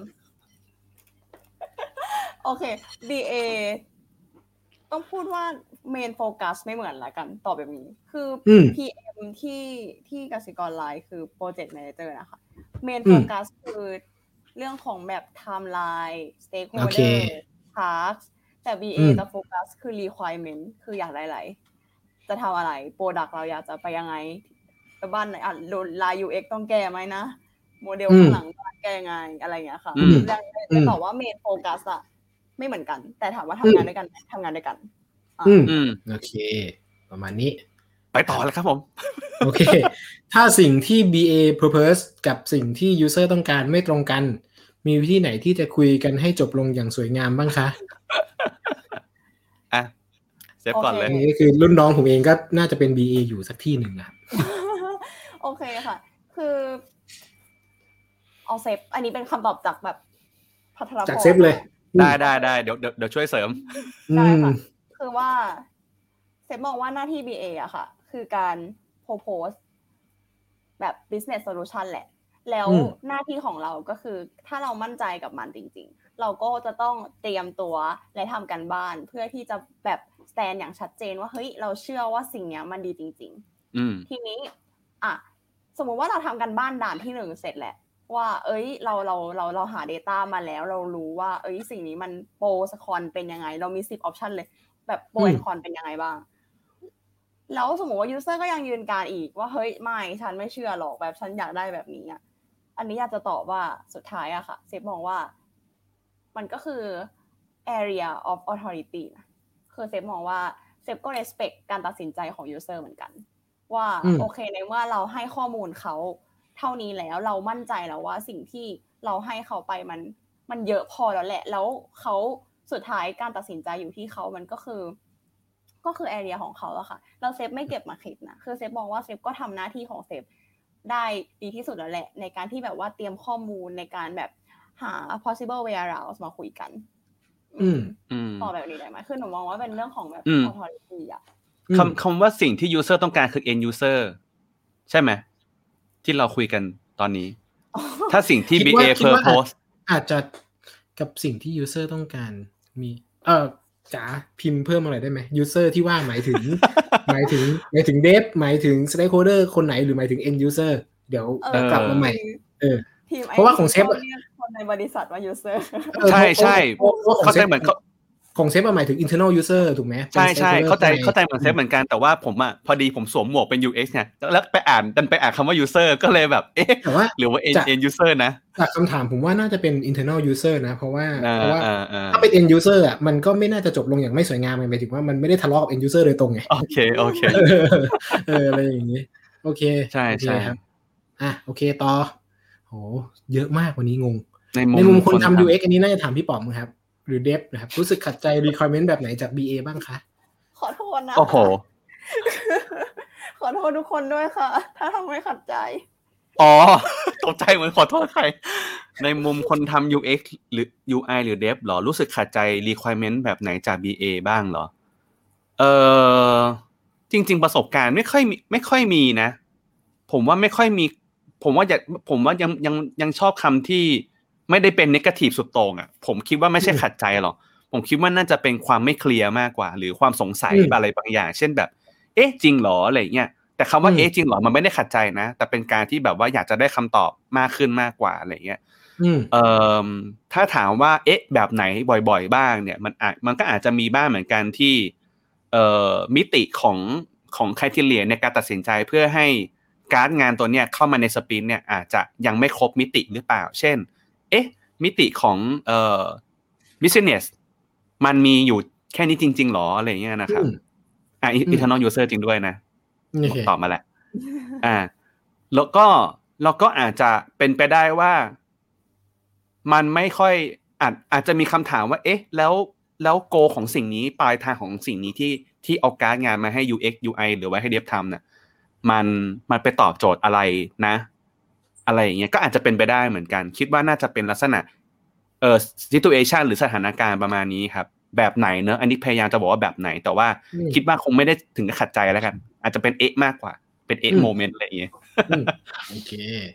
โอเค บี เอ ต้องพูดว่า main focus ไม่เหมือนละกันตอบแบบนี้คือ พี เอ็ม ที่ที่กสิกรไลน์คือ project manager นะคะ main focus คือเรื่องของแบบ timeline stakeholder task แต่ บี เอ จะโฟกัสคือ requirement คืออยากได้อะไรจะทำอะไร product เราอยากจะไปยังไงบ้านไหนอ่ะลาย ยู เอ็กซ์ ต้องแก้ไหมนะโมเดลข้างหลังบ้านแก้ยังไงอะไรอย่างเงี้ยค่ะแต่บอกว่า main focus อะไม่เหมือนกันแต่ถามว่าทำงานด้วยกันทำงานด้วยกันอืมโอเคประมาณนี้ไปต่อแล้วครับผมโอเคถ้าสิ่งที่ บี เอ purpose กับสิ่งที่ user ต้องการไม่ตรงกันมีวิธีไหนที่จะคุยกันให้จบลงอย่างสวยงามบ้างคะอ่ะเซฟก่อนเลยนี่คือรุ่นน้องผมเองก็น่าจะเป็น บี เอ อยู่สักที่หนึ่งครับโอเคค่ะคือเอาเซฟอันนี้เป็นคำตอบจากแบบพัทรพรจากเซฟเลยได้ได้ได้เดี๋ยวเดี๋ยวช่วยเสริมได้ค่ะคือว่าเซฟมองว่าหน้าที่ บี เอ อะค่ะคือการ propose แบบ business solution แหละแล้วหน้าที่ของเราก็คือถ้าเรามั่นใจกับมันจริงๆเราก็จะต้องเตรียมตัวและทำกันบ้านเพื่อที่จะแบบสแตนอย่างชัดเจนว่าเฮ้ยเราเชื่อว่าสิ่งนี้มันดีจริงๆทีนี้อ่ะสมมุติว่าเราทำกันบ้านด่านที่หนึ่งเสร็จแหละว่าเอ้ยเราเราเราเราหา data มาแล้วเรารู้ว่าเอ้ยสิ่งนี้มันโปรสคอนเป็นยังไงเรามีสิบ option เลยแบบโปรแอนด์คอนเป็นยังไงบ้างแล้วสมมติว่า user ก็ยังยืนการอีกว่าเฮ้ยไม่ฉันไม่เชื่อหรอกแบบฉันอยากได้แบบนี้อ่ะอันนี้อยากจะตอบว่าสุดท้ายอะค่ะเซฟมองว่ามันก็คือ area of authority นะคือเซฟมองว่าเซฟก็ respect การตัดสินใจของ user เหมือนกันว่าโอเคในเมื่อเราให้ข้อมูลเขาเท่านี้แล้วเรามั่นใจแล้วว่าสิ่งที่เราให้เขาไปมันมันเยอะพอแล้วแหละแล้วเขาสุดท้ายการตัดสินใจอยู่ที่เขามันก็คือก็คือ area ของเขาอะค่ะเราเซฟไม่เก็บมาคิดนะคือเซฟมองว่าเซฟก็ทำหน้าที่ของเซฟได้ดีที่สุดแล้วแหละในการที่แบบว่าเตรียมข้อมูลในการแบบหา possible way around มาคุยกันอืมต่อแบบนี้ได้ไหมคือหนูมองว่าเป็นเรื่องของแบบ authority อะคำคำว่าสิ่งที่ user ต้องการคือ end user ใช่ไหมที่เราคุยกันตอนนี้ถ้าสิ่งที่ บี เอ purpose อาจจะกับสิ่งที่ user ต้องการมีเออจ๋าพิมพ์เพิ่มอะไรได้ไหม user ที่ว่าหมายถึง หมายถึงหมายถึง dev หมายถึง stakeholder คนไหนหรือหมายถึง end user เดี๋ยวกลับมาใหม่เออเพราะว่าของเซฟคนในบริษัทว่า user ใช่ใช่เข้าใจเหมือนของเซฟหมายถึง internal user ถูกไหมใช่ใช่เข้าใจเข้าใจเหมือนเซฟเหมือนกันแต่ว่าผมอ่ะพอดีผมสวมหมวกเป็น ยู เอ็กซ์ ไงแล้วไปอ่านดันไปอ่านคำว่า user ก็เลยแบบเอ๊ะหรือว่า end user นะจากคำถามผมว่าน่าจะเป็น internal user นะเพราะว่าเพราะว่าถ้าเป็น end user อ่ะมันก็ไม่น่าจะจบลงอย่างไม่สวยงามหมายถึงว่ามันไม่ได้ทะเลาะกับ end user โดยตรงไงโอเคโอเคเอออะไรอย่างงี้โอเคใช่ใช่ครับอ่ะโอเคต่อโหเยอะมากวันนี้งงในมุมคนทำ ยู เอ็กซ์ อันนี้น่าจะถามพี่ป๋อมครับหรือ dev นะครับรู้สึกขัดใจ requirement แบบไหนจาก บี เอ บ้างคะขอโทษนะโอ้โหขอโทษทุกคนด้วยค่ะถ้าทำให้ขัดใจอ๋อตกใจเหมือนขอโทษใครในมุมคนทำ ยู เอ็กซ์ หรือ ยู ไอ หรือ dev หรอรู้สึกขัดใจ requirement แบบไหนจาก บี เอ บ้างเหรอเออจริงๆประสบการณ์ไม่ค่อยมีไม่ค่อยมีนะผมว่าไม่ค่อยมีผมว่าอยากผมว่ายังยังยังชอบคำที่ไม่ได้เป็นเนกาทีฟสุดโต่งอ่ะผมคิดว่าไม่ใช่ขัดใจหรอกผมคิดว่าน่าจะเป็นความไม่เคลียร์มากกว่าหรือความสงสัยอะไรบางอย่างเช่นแบบเอ๊ะจริงหรออะไรเงี้ยแต่คำว่าเอ๊ะจริงหรอมันไม่ได้ขัดใจนะแต่เป็นการที่แบบว่าอยากจะได้คำตอบมากขึ้นมากกว่าอะไรเงี้ยเอ่อถ้าถามว่าเอ๊ะแบบไหนบ่อยๆบ้างเนี่ยมันอาจมันก็อาจจะมีบ้างเหมือนกันที่เอ่อมิติของของไครทีเรียในการตัดสินใจเพื่อให้การงานตัวเนี้ยเข้ามาในสปรินต์เนี่ยอาจจะยังไม่ครบมิติหรือเปล่าเช่นเอ๊ะมิติของเอ่อ business มันมีอยู่แค่นี้จริงๆหรออะไรเงี้ยนะครับอ่ะ internal user จริงด้วยนะตอบมาแหละอ่าแล้วก็เราก็อาจจะเป็นไปได้ว่ามันไม่ค่อยอาจอาจจะมีคำถามว่าเอ๊ะแล้วแล้วโกของสิ่งนี้ปลายทางของสิ่งนี้ที่ที่เอาการ์ดงานมาให้ ยู เอ็กซ์ ยู ไอ หรือว่าให้ dev ทำเนี่ยมันมันไปตอบโจทย์อะไรนะอะไรอย่างเงี้ยก็อาจจะเป็นไปได้เหมือนกันคิดว่าน่าจะเป็นลักษณะเอ่อ situation หรือสถานการณ์ประมาณนี้ครับแบบไหนเนอะอันนี้พยายามจะบอกว่าแบบไหนแต่ว่าคิดว่าคงไม่ได้ถึงกับขัดใจแล้วกันอาจจะเป็นเอ๊ะมากกว่าเป็นเอ๊ะโมเมนต์อะไรอย่างเงี้ยโอเค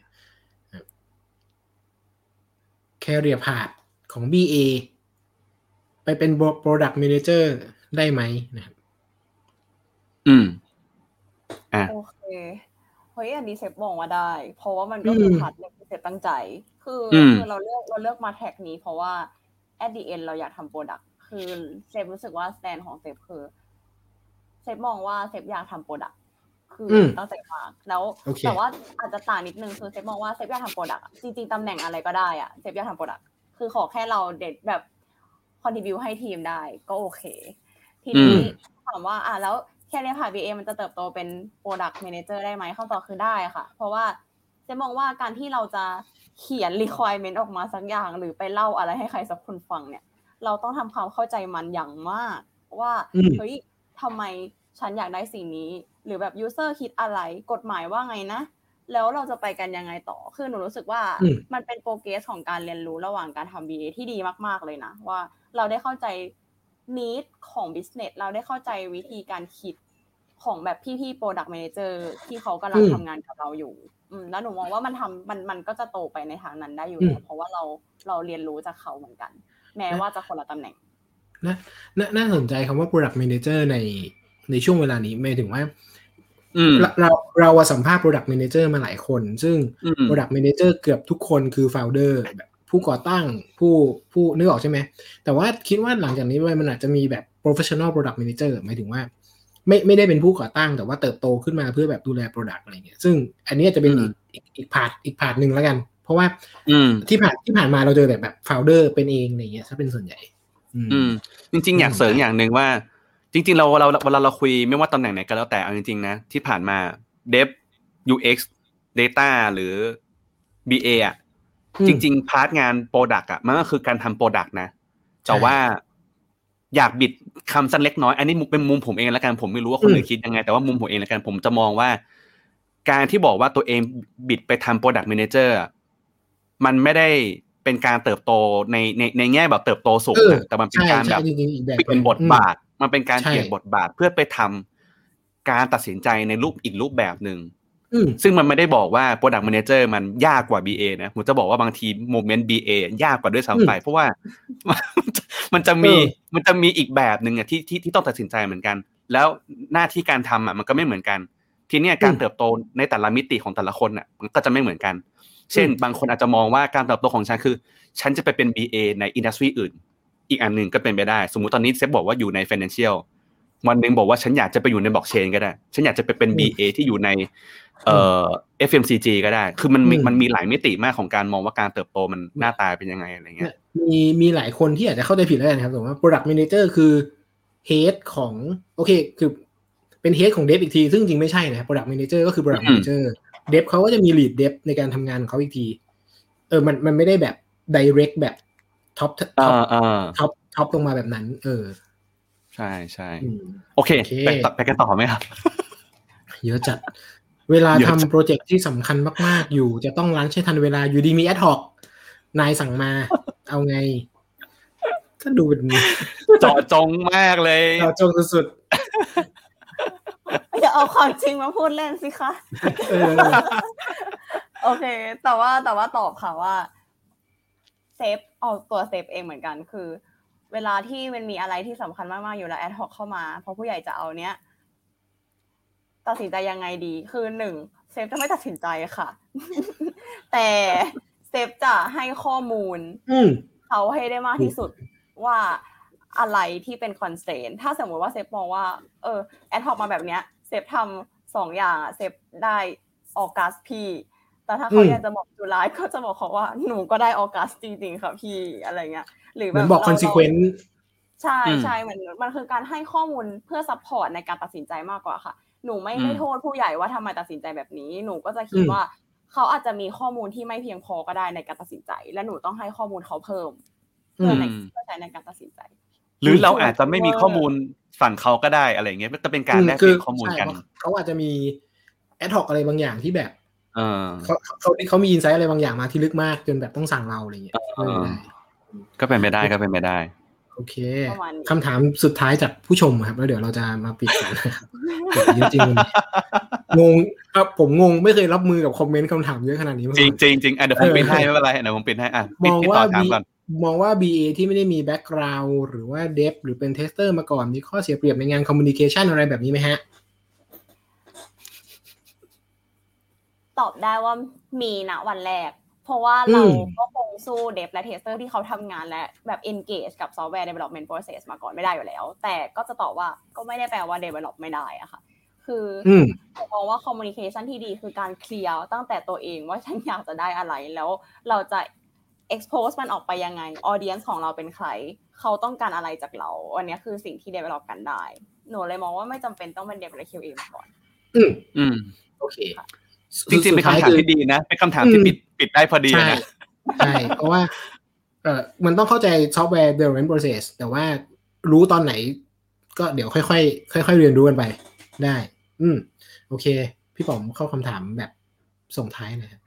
career path ของ บี เอ ไปเป็น product manager ได้ไหมนะครับอืมอ่ะโอเคเฮ้ยอันนี้เซฟมองว่าได้เพราะว่ามันก็คือพาร์ทนึงที่เซฟตั้งใจคือคือเราเลือกเราเลือกมาแท็กนี้เพราะว่า at the end เราอยากทำ product คือเซฟรู้สึกว่าสแตนของเซฟคือเซฟมองว่าเซฟอยากทำ product คือตั้งใจมากแล้วแต่ว่าอาจจะต่างนิดนึงคือเซฟมองว่าเซฟอยากทำ product จริงๆตำแหน่งอะไรก็ได้อะเซฟอยากทำ product คือขอแค่เราเด็ดแบบ contribute ให้ทีมได้ก็โอเคทีนี้ถามว่าอ่ะแล้วแค่ในผ่าน บี เอ มันจะเติบโตเป็น product manager ได้ไหมคำตอบคือได้ค่ะเพราะว่าเจ๊มองว่าการที่เราจะเขียน requirement ออกมาสักอย่างหรือไปเล่าอะไรให้ใครสักคนฟังเนี่ยเราต้องทำความเข้าใจมันอย่างมากว่าเฮ้ยทำไมฉันอยากได้สิ่งนี้หรือแบบ user คิดอะไรกฎหมายว่าไงนะแล้วเราจะไปกันยังไงต่อคือหนูรู้สึกว่ามันเป็น progress ของการเรียนรู้ระหว่างการทำ บี เอ ที่ดีมากๆเลยนะว่าเราได้เข้าใจneed ของ business เราได้เข้าใจวิธีการคิดของแบบพี่ๆ product manager ที่เขากำลังทำงานกับเราอยู่อืมแล้วหนูมองว่ามันทำมันมันก็จะโตไปในทางนั้นได้อยู่แล้วเพราะว่าเราเราเรียนรู้จากเขาเหมือนกันแม้ว่าจะคนละตำแหน่งนะน่าสนใจคำว่า product manager ในในช่วงเวลานี้หมายถึงว่าเราเราสัมภาษณ์ Product Manager มาหลายคนซึ่ง Product Manager เกือบทุกคนคือ Founder แบบผู้ก่อตั้งผู้ผู้นึกออกใช่ไหมแต่ว่าคิดว่าหลังจากนี้ไปมันอาจจะมีแบบ Professional Product Manager หมายถึงว่าไม่ไม่ได้เป็นผู้ก่อตั้งแต่ว่าเติบโตขึ้นมาเพื่อแบบดูแล Product อะไรเงี้ยซึ่งอันนี้จะเป็นอีกอีกอีกพาร์ทอีกพาร์ทนึงแล้วกันเพราะว่าที่ผ่านที่ผ่านมาเราเจอแต่แบบ Founder เป็นเองอะไรเงี้ยถ้าเป็นส่วนใหญ่อืมจริงๆอยากเสริมอย่างนึงว่าจริงๆเราเราเวลาเราคุยไม่ว่าตำแหน่งไหนก็แล้วแต่เอาจริงๆนะที่ผ่านมา Dev ยู เอ็กซ์ Data หรือ บี เอ อ่ะจริงๆพาร์ทงาน Product อ่ะมันก็คือการทำ Product นะแต่ว่าอยากบิดคำสั้นเล็กน้อยอันนี้เป็นมุมผมเองแล้วกันผมไม่รู้ว่าคนอื่นคิดยังไงแต่ว่ามุมผมเองแล้วกันผมจะมองว่าการที่บอกว่าตัวเองบิดไปทำ Product Manager มันไม่ได้เป็นการเติบโตในในในแง่แบบเติบโตสูงนะแต่มันเป็นการแบบเปลี่ยนบทบาทมันเป็นการเปลี่ยนบทบาทเพื่อไปทำการตัดสินใจในรูปอีกรูปแบบนึงซึ่งมันไม่ได้บอกว่า Product Manager มันยากกว่า บี เอ นะผมจะบอกว่าบางทีโมเมนต์ บี เอ ยากกว่าด้วยซ้ำไปเพราะว่ามันจะมีมันจะมีอีกแบบนึงอ่ะที่ที่ที่ต้องตัดสินใจเหมือนกันแล้วหน้าที่การทำอ่ะมันก็ไม่เหมือนกันทีนี้การเติบโตในแต่ละมิติของแต่ละคนอ่ะมันก็จะไม่เหมือนกันเช่นบางคนอาจจะมองว่าการเติบโตของฉันคือฉันจะไปเป็น บี เอ ในอินดัสทรีอื่นอีกอันนึงก็เป็นไปได้สมมุติตอนนี้เซฟบอกว่าอยู่ใน Financial วันนึงบอกว่าฉันอยากจะไปอยู่ในบล็อกเชนก็ได้ฉันอยากจะไปเป็น บี เอ ที่อยู่ในเอ่อ เอฟ เอ็ม ซี จี ก็ได้คือมันมันมีหลายมิติมากของการมองว่าการเติบโตมันหน้าตาเป็นยังไงอะไรเงี้ยมีมีหลายคนที่อาจจะเข้าใจผิดแล้วกันครับสมมติว่า Product Manager คือ Head ของโอเคคือเป็น Head ของ Dev อีกทีซึ่งจริงไม่ใช่นะ Product Manager ก็คือ Product Manager Dev เขาก็จะมี Lead Dev ในการทำงานของเขาอีกทีเออมันมันไม่ได้แบบ Direct แบบ Top Top Top Top ลงมาแบบนั้นเออใช่ๆโอเคไปไปกันต่อมั้ยครับเยอะจัดเวลาทำโปรเจกต์ที่สำคัญมากๆอยู่จะต้องล้างใช้ทันเวลาอยู่ดีมี ad hoc นายสั่งมาเอาไงก็ดูเป็นเจาะจงมากเลยเจาะจงสุดๆอย่าเอาความจริงมาพูดเล่นสิคะโอเคแต่ว่าแต่ว่าตอบค่ะว่าเซฟเอาตัวเซฟเองเหมือนกันคือเวลาที่มันมีอะไรที่สำคัญมากๆอยู่แล้ว ad hoc เข้ามาพอผู้ใหญ่จะเอาเนี้ยตัดสินใจยังไงดีคือหนึ่งเซฟจะไม่ตัดสินใจค่ะแต่เซฟจะให้ข้อมูลเขาให้ได้มากที่สุดว่าอะไรที่เป็น constraint ถ้าสมมติว่าเซฟมองว่าเออ ad hoc มาแบบเนี้ยเซฟทำสองอย่างเซฟได้ออกัสพี่แต่ถ้าเขาอยากจะบอกจุฬาก็จะบอกเขาว่าหนูก็ได้ออกัสจริงๆค่ะพี่อะไรเงี้ยหรือแบบบอก consequence ใช่ใช่เหมือนมันคือการให้ข้อมูลเพื่อ support ในการตัดสินใจมากกว่าค่ะหนูไม่ได้โทษผู้ใหญ่ว่าทำไมตัดสินใจแบบนี้หนูก็จะคิดว่าเขาอาจจะมีข้อมูลที่ไม่เพียงพอก็ได้ในการตัดสินใจและหนูต้องให้ข้อมูลเขาเพิ่มเพื่อในเพื่อใช้ในการตัดสินใจหรือเราอาจจะไม่มีข้อมูลฝั่งเขาก็ได้อะไรเงี้ยก็เป็นการแลกเปลี่ยนข้อมูลกันเขาอาจจะมี ad hoc อะไรบางอย่างที่แบบเขาเขาเขามีอินไซต์อะไรบางอย่างมาที่ลึกมากจนแบบต้องสั่งเราอะไรเงี้ยก็เป็นไปได้ก็เป็นไปได้โอเคคำถามสุดท้ายจากผู้ชมครับแล้วเดี๋ยวเราจะมาปิดกันนะครับเยอะจริงงงครับผมงงไม่เคยรับมือกับคอมเมนต์คำถามเยอะขนาดนี้มาก่อนจริงจริงๆอ่ะเดี๋ยวผมปิดให้ไม่เป็นไรเดี๋ยวผมปิดให้อ่ะปิดที่ต่อถามก่อนมองว่า บี เอ ที่ไม่ได้มีแบ็คกราวด์หรือว่า Dev หรือเป็นเทสเตอร์มาก่อนมีข้อเสียเปรียบในงานคอมมิวนิเคชันอะไรแบบนี้ไหมฮะตอบได้ว่ามีนะวันแรกเพราะว่าเราก็คงสู้ Dev และ Tester ที่เขาทำงานและแบบ engage กับ software development process มาก่อนไม่ได้อยู่แล้วแต่ก็จะตอบว่าก็ไม่ได้แปลว่า develop ไม่ได้อะค่ะคือผมมองว่า communication ที่ดีคือการเคลียร์ตั้งแต่ตัวเองว่าฉันอยากจะได้อะไรแล้วเราจะ expose มันออกไปยังไง audience ของเราเป็นใครเขาต้องการอะไรจากเราอันนี้คือสิ่งที่ develop กันได้หนูเลยมองว่าไม่จำเป็นต้องเป็น Dev และ คิว เอ มาก่อนอืมอืมโอเคจริงๆเป็นคำถามที่ดีนะเป็นคำถามที่ปิดปิดได้พอดีนะใช่เพราะว่าเออมันต้องเข้าใจ software development process แต่ว่ารู้ตอนไหนก็เดี๋ยวค่อยๆค่อยๆเรียนรู้กันไปได้อืมโอเคพี่ป๋อมเข้าคำถามแบบส่งท้ายนะครับ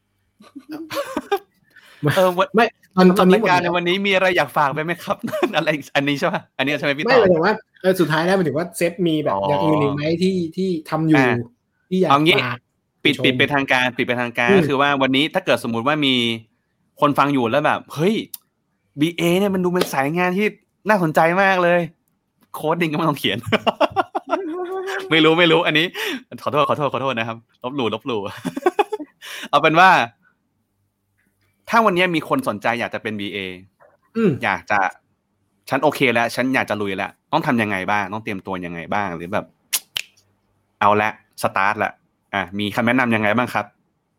เออไม่ตอนตอนนี้รายการในวันนี้มีอะไรอยากฝากไปไหมครับอะไรอันนี้ใช่ป่ะอันนี้ใช่ไหมพี่ต่อไม่แต่ว่าเออสุดท้ายแล้วมันถือว่าเซฟมีแบบอย่างอื่นอีกไหมที่ที่ทำอยู่ที่อยากฝากปิดปิดเป็นทางการปิดเป็นทางการก็คือว่าวันนี้ถ้าเกิดสมมุติว่ามีคนฟังอยู่แล้วแบบเฮ้ย บี เอ เนี่ยมันดูเป็นสายงานที่น่าสนใจมากเลยโค้ดดิ้งก็ไม่ต้องเขียนไม่รู้ไม่รู้อันนี้ขอโทษขอโทษขอโทษนะครับลบหลู่ลบหลู่ เอาเป็นว่าถ้าวันนี้มีคนสนใจอยากจะเป็น บี เออืมอยากจะฉันโอเคแล้วฉันอยากจะลุยแล้วต้องทำยังไงบ้างต้องเตรียมตัวยังไงบ้างหรือแบบเอาละสตาร์ทละอ่ะมีคำแนะนำยังไงบ้างครับ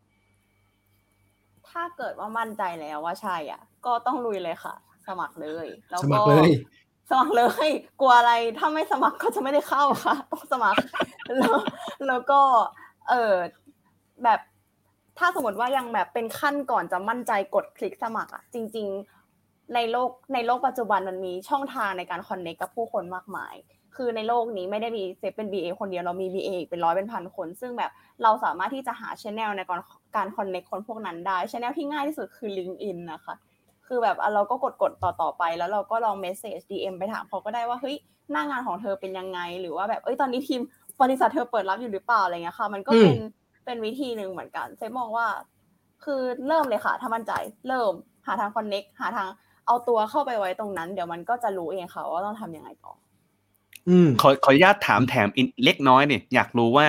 ถ้าเกิดว่ามั่นใจแล้วว่าใช่อ่ะก็ต้องลุยเลยค่ะสมัครเลยแล้วก็สมัครเลยสมัครเลยกลัวอะไรถ้าไม่สมัครก็จะไม่ได้เข้าค่ะต้องสมัครแล้วแล้วก็เออแบบถ้าสมมติว่ายังแบบเป็นขั้นก่อนจะมั่นใจกดคลิกสมัครอ่ะจริงๆในโลกในโลกปัจจุบันมันมีช่องทางในการคอนเนคกับผู้คนมากมายคือในโลกนี้ไม่ได้มีเซฟเป็น บี เอ คนเดียวเรามี บี เอ อีกเป็นร้อยเป็นพันคนซึ่งแบบเราสามารถที่จะหา channel ในการการคอนเนคคนพวกนั้นได้ channel ที่ง่ายที่สุดคือ LinkedIn นะคะคือแบบเราก็กดๆต่อๆไปแล้วเราก็ลอง message ดี เอ็ม ไปถามเขาก็ได้ว่าเฮ้ยหน้างานของเธอเป็นยังไงหรือว่าแบบเอ้ยตอนนี้ทีมบริษัทเธอเปิดรับอยู่หรือเปล่าอะไรเงี้ยค่ะมันก็เป็นเป็นวิธีนึงเหมือนกันเซฟมองว่าคือเริ่มเลยค่ะถ้ามั่นใจเริ่มหาทางคอนเนคหาทางเอาตัวเข้าไปไว้ตรงนั้นเดี๋ยวมันก็จะรู้เองค่ะว่าต้องทำยังไงต่ออืมขอขออนุญาตถามแถมเล็กน้อยเนี่ยอยากรู้ว่า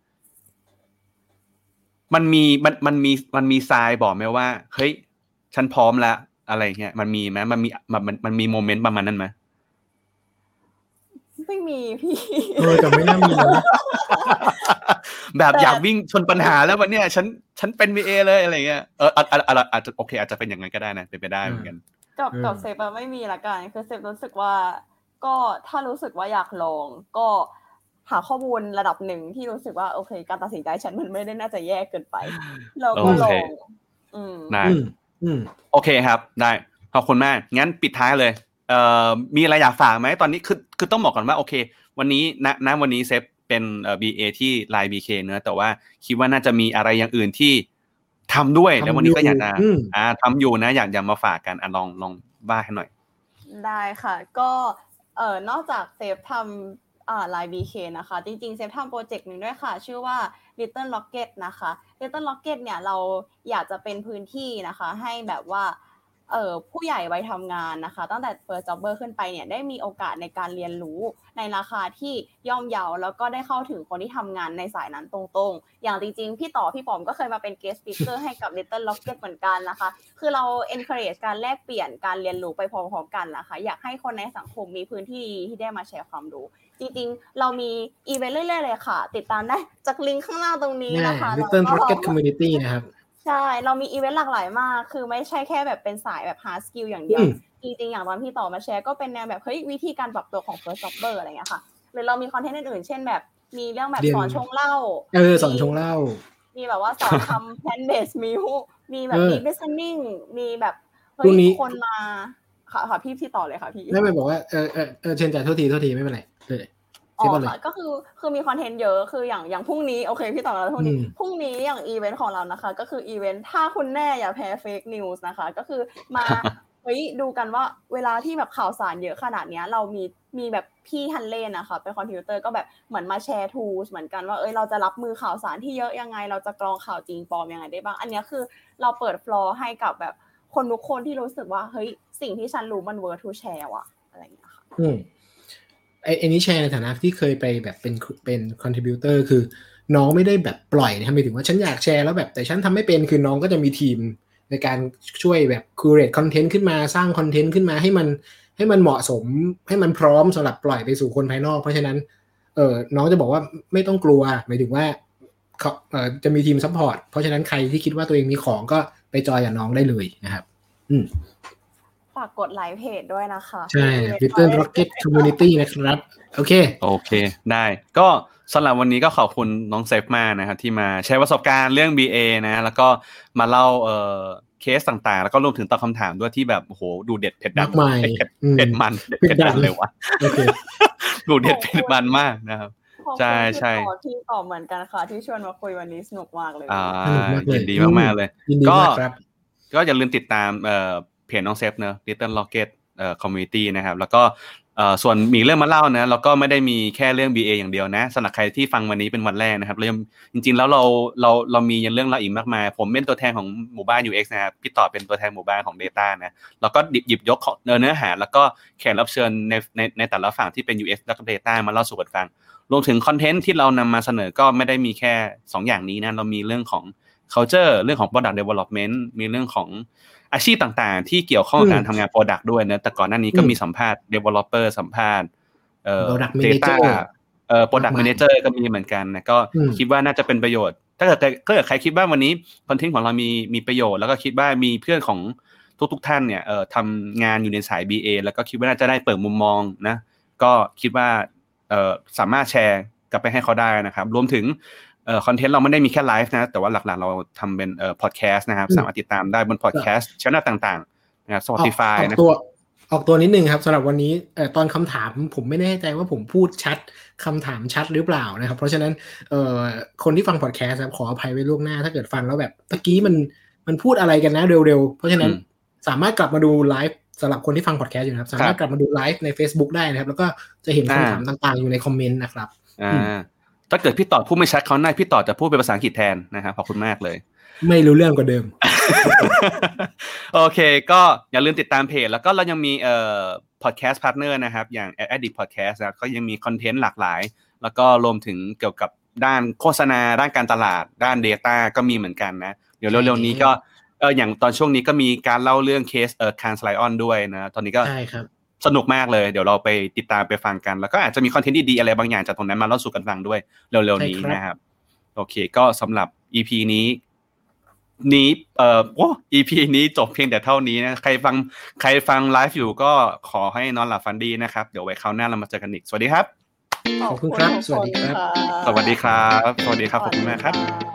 มันมีมันมันมีมันมีทรายบอกไหมว่าเฮ้ยฉันพร้อมแล้วอะไรเงี้ยมันมีไหมมันมีมันมันมันมีโมเมนต์ประมาณนั้นไหมไม่มีพี่เออแต่ไม่น่ามีนะแบบอยากวิ่งชนปัญหาแล้ววันเนี้ยฉันฉันเป็น บี เอ เลยอะไรเงี้ยเอออาจจะโอเคอาจจะเป็นอย่างนั้นก็ได้นะเป็นไปได้เหมือนกันกับกับเซฟไม่มีละกันคือเซฟรู้สึกว่าก็ถ้ารู้สึกว่าอยากลองก็หาข้อมูลระดับหนึ่งที่รู้สึกว่าโอเคการตัดสินใจฉันมันไม่ได้น่าจะแย่เกินไปเราก็ลองอืมได้โอเคครับได้ขอบคุณมากงั้นปิดท้ายเลยเอ่อมีอะไรอยากฝากไหมตอนนี้คือคือต้องบอกก่อนว่าโอเควันนี้ณณวันนี้เซฟเป็นเอ่อ บี เอ ที่ ไลน์ บี เค เนอะแต่ว่าคิดว่าน่าจะมีอะไรอย่างอื่นที่ทำด้วยแล้ววันนี้ก็อยากจะอ่าทำอยู่นะอยากอยากมาฝากกันอ่ะลองลองว่าให้หน่อยได้ค่ะก็เอ่อนอกจากเซฟทำอ่า ไลน์ บี เค นะคะจริงๆเซฟทำโปรเจกต์นึงด้วยค่ะชื่อว่า Little Rocket นะคะ Little Rocket เนี่ยเราอยากจะเป็นพื้นที่นะคะให้แบบว่าเอ่อผู้ใหญ่วัยทำงานนะคะตั้งแต่ First Jobber ขึ้นไปเนี่ยได้มีโอกาสในการเรียนรู้ในราคาที่ย่อมเยาแล้วก็ได้เข้าถึงคนที่ทำงานในสายนั้นตรงๆอย่างจริงๆพี่ต่อพี่ป๋อมก็เคยมาเป็น guest speaker ให้กับ Little Rocket เหมือนกันนะคะคือเรา encourage การแลกเปลี่ยนการเรียนรู้ไปพร้อมๆกันนะคะอยากให้คนในสังคมมีพื้นที่ที่ได้มาแชร์ความรู้จริงๆเรามีอีเวนต์เรื่อยๆเลยค่ะติดตามได้จากลิงก์ข้างล่างตรงนี้นะคะ Little Rocket Community นะครับใช่เรามีอีเวนต์หลากหลายมากคือไม่ใช่แค่แบบเป็นสายแบบ hard skill อย่างเดียวจริงๆอย่างตอนพี่ต่อมาแชร์ก็เป็นแนวแบบเฮ้ยวิธีการปรับตัวของ first jobber อะไรเงี้ยค่ะหรือเรามีคอนเทนต์อื่นๆเช่นแบบมีเรื่องแบบสอนชงเหล้าเออสอนชงเหล้ามีแบบว่าสอนทำ plant based meal มีแบบ deep listening มีแบบเฮ้ยคนมาค่ะค่ะพี่พี่ต่อเลยค่ะพี่ไม่ไม่บอกว่าเออเออเออเชิญจ่ายโทษทีโทษทีไม่เป็นไรเลยอ๋อค่ะก็คือคือมีคอนเทนต์เยอะคืออย่างอย่างพรุ่งนี้โอเคพี่ต่อแล้วพรุ่งนี้พรุ่งนี้อย่างอีเวนต์ของเรานะคะก็คืออีเวนต์ถ้าคุณแน่อย่าแพ้เฟคนิวส์นะคะก็คือมาเฮ้ยดูกันว่าเวลาที่แบบข่าวสารเยอะขนาดนี้เรามีมีแบบพี่ฮันเล่นนะคะเป็นคอนทิวเตอร์ก็แบบเหมือนมาแชร์ทูลเหมือนกันว่าเอ้ยเราจะรับมือข่าวสารที่เยอะยังไงเราจะกรองข่าวจริงปลอมยังไงได้บ้างอันนี้คือเราเปิดฟลอร์ให้กับแบบคนทุกคนที่รู้สึกว่าเฮ้ยสิ่งที่ฉันรู้มันเวิร์ททูแชร์ว่ะอะไรอย่างเงี้ยค่ะอืมไอ้ไอ้นี้แชร์ในฐานะที่เคยไปแบบเป็นเป็นคอนทริบิวเตอร์คือน้องไม่ได้แบบปล่อยนะหมายถึงว่าฉันอยากแชร์แล้วแบบแต่ฉันทำไม่เป็นคือน้องก็จะมีทีมในการช่วยแบบคูเรตคอนเทนต์ขึ้นมาสร้างคอนเทนต์ขึ้นมาให้มันให้มันเหมาะสมให้มันพร้อมสำหรับปล่อยไปสู่คนภายนอกเพราะฉะนั้นเออน้องจะบอกว่าไม่ต้องกลัวหมายถึงว่าเขาเออจะมีทีมซัพพอร์ตเพราะฉะนั้นใครที่คิดว่าตัวเองมีของก็ไปจอยกับน้องได้เลยนะครับอืมฝากกดไลค์เพจด้วยนะคะใช่ Little Rocket Community นะครับโอเคโอเคได้ก็สำหรับวันนี้ก็ขอบคุณน้องเซฟมากนะครับที่มาแชร์ประสบการณ์เรื่อง บี เอ นะแล้วก็มาเล่าเอ่อเคสต่างๆแล้วก็รวมถึงตอบคำถามด้วยที่แบบโอ้โหดูเด็ดเผ็ดดันเผ็ดเผ็ดมันเผ็ดดันเลยวะดูเด็ดเผ็ดมันมากนะครับใช่ใช่ที่ตอบเหมือนกันค่ะที่ชวนมาคุยวันนี้สนุกมากเลยอ่ายินดีมากๆเลยก็ก็อย่าลืมติดตามเอ่อเพจน้องเซฟเนอะ Little Rocket เอ่อ Community นะครับแล้วก็เอ่อส่วนมีเรื่องมาเล่านะเราก็ไม่ได้มีแค่เรื่อง บี เอ อย่างเดียวนะสำหรับใครที่ฟังวันนี้เป็นวันแรกนะครับเราจริงๆแล้วเราเราเรามีเรื่องราวอีกมากมายผมเป็นตัวแทนของหมู่บ้าน ยู เอ็กซ์ นะครับพี่ต่อเป็นตัวแทนหมู่บ้านของ Data นะเราก็หยิบยกเนื้อหาแล้วก็แขกรับเชิญในในในแต่ละฝั่งที่เป็น ยู เอ็กซ์ และ Data มาเล่าสู่กันฟังรวมถึงคอนเทนต์ที่เรานำมาเสนอก็ไม่ได้มีแค่สองอย่างนี้นะเรามีเรื่องของ culture เรื่องของ product development มีเรื่องของอาชีพต่างๆที่เกี่ยวข้องกับการทำงาน product ด้วยนะแต่ก่อนหน้านี้ก็มีสัมภาษณ์ developer สัมภาษณ์เอ่อ data เอ่อ product manager ก็มีเหมือนกันนะก็คิดว่าน่าจะเป็นประโยชน์ถ้าเกิดถ้าเกิดใครคิดว่าวันนี้คอนเทนต์ของเรามีมีประโยชน์แล้วก็คิดว่ามีเพื่อนของทุกๆท่านเนี่ยเอ่อทำงานอยู่ในสาย บี เอ แล้วก็คิดว่าน่าจะได้เปิดมุมมองนะก็คิดว่าเอ่อสามารถแชร์กลับไปให้เขาได้นะครับรวมถึงเอ่อคอนเทนต์เราไม่ได้มีแค่ไลฟ์นะแต่ว่าหลักๆเราทำเป็นเอ่อพอดแคสต์นะครับสามารถติดตามได้บนพอดแคสต์ช่องต่างๆนะครับ Spotify นะตัวออกตัวนิดนึงครับสำหรับวันนี้เอ่อตอนคำถามผมไม่แน่ใจว่าผมพูดชัดคำถามชัดหรือเปล่านะครับเพราะฉะนั้นเอ่อคนที่ฟังพอดแคสต์ครับขออภัยไว้ล่วงหน้าถ้าเกิดฟังแล้วแบบตะกี้มันมันพูดอะไรกันนะเร็วๆเพราะฉะนั้นสามารถกลับมาดูไลฟ์สำหรับคนที่ฟังพอดแคสต์อยู่นะครับสามารถกลับมาดูไลฟ์ใน Facebook ได้นะครับแล้วก็จะเห็นคำถามต่างๆอยู่ในคอมเมนต์นะครับอ่าถ้าเกิดพี่ต่อพูดไม่ชัดเขาหน้าพี่ต่อจะพูดเป็นภาษาอังกฤษแทนนะครับขอบคุณมากเลยไม่รู้เรื่องกว่าเดิมโอเคก็อย่าลืมติดตามเพจแล้วก็เรายังมีเอ่อ podcast partner นะครับอย่าง Addict Podcast นะก็ยังมีคอนเทนต์หลากหลายแล้วก็รวมถึงเกี่ยวกับด้านโฆษณาด้านการตลาดด้าน data ก็มีเหมือนกันนะเดี๋ยวเร็วๆนี้ก็เอออย่างตอนช่วงนี้ก็มีการเล่าเรื่องเคสเอ่อ Cannes Lion ด้วยนะตอนนี้ก็ใช่ครับสนุกมากเลยเดี๋ยวเราไปติดตามไปฟังกันแล้วก็อาจจะมีคอนเทนต์ดีๆอะไรบางอย่างจากตรงนั้นมาเล่าสู่กันฟังด้วยเร็วๆนี้นะครับโอเคก็สำหรับ อี พี นี้นี้เอ่อโอ้ อี พี นี้จบเพียงแต่เท่านี้นะใครฟังใครฟังไลฟ์อยู่ก็ขอให้นอนหลับฝันดีนะครับเดี๋ยวไว้คราวหน้าเรามาเจอกันอีกสวัสดีครับขอบคุณครับสวัสดีครับสวัสดีครับสวัสดีครับขอบคุณมากครับ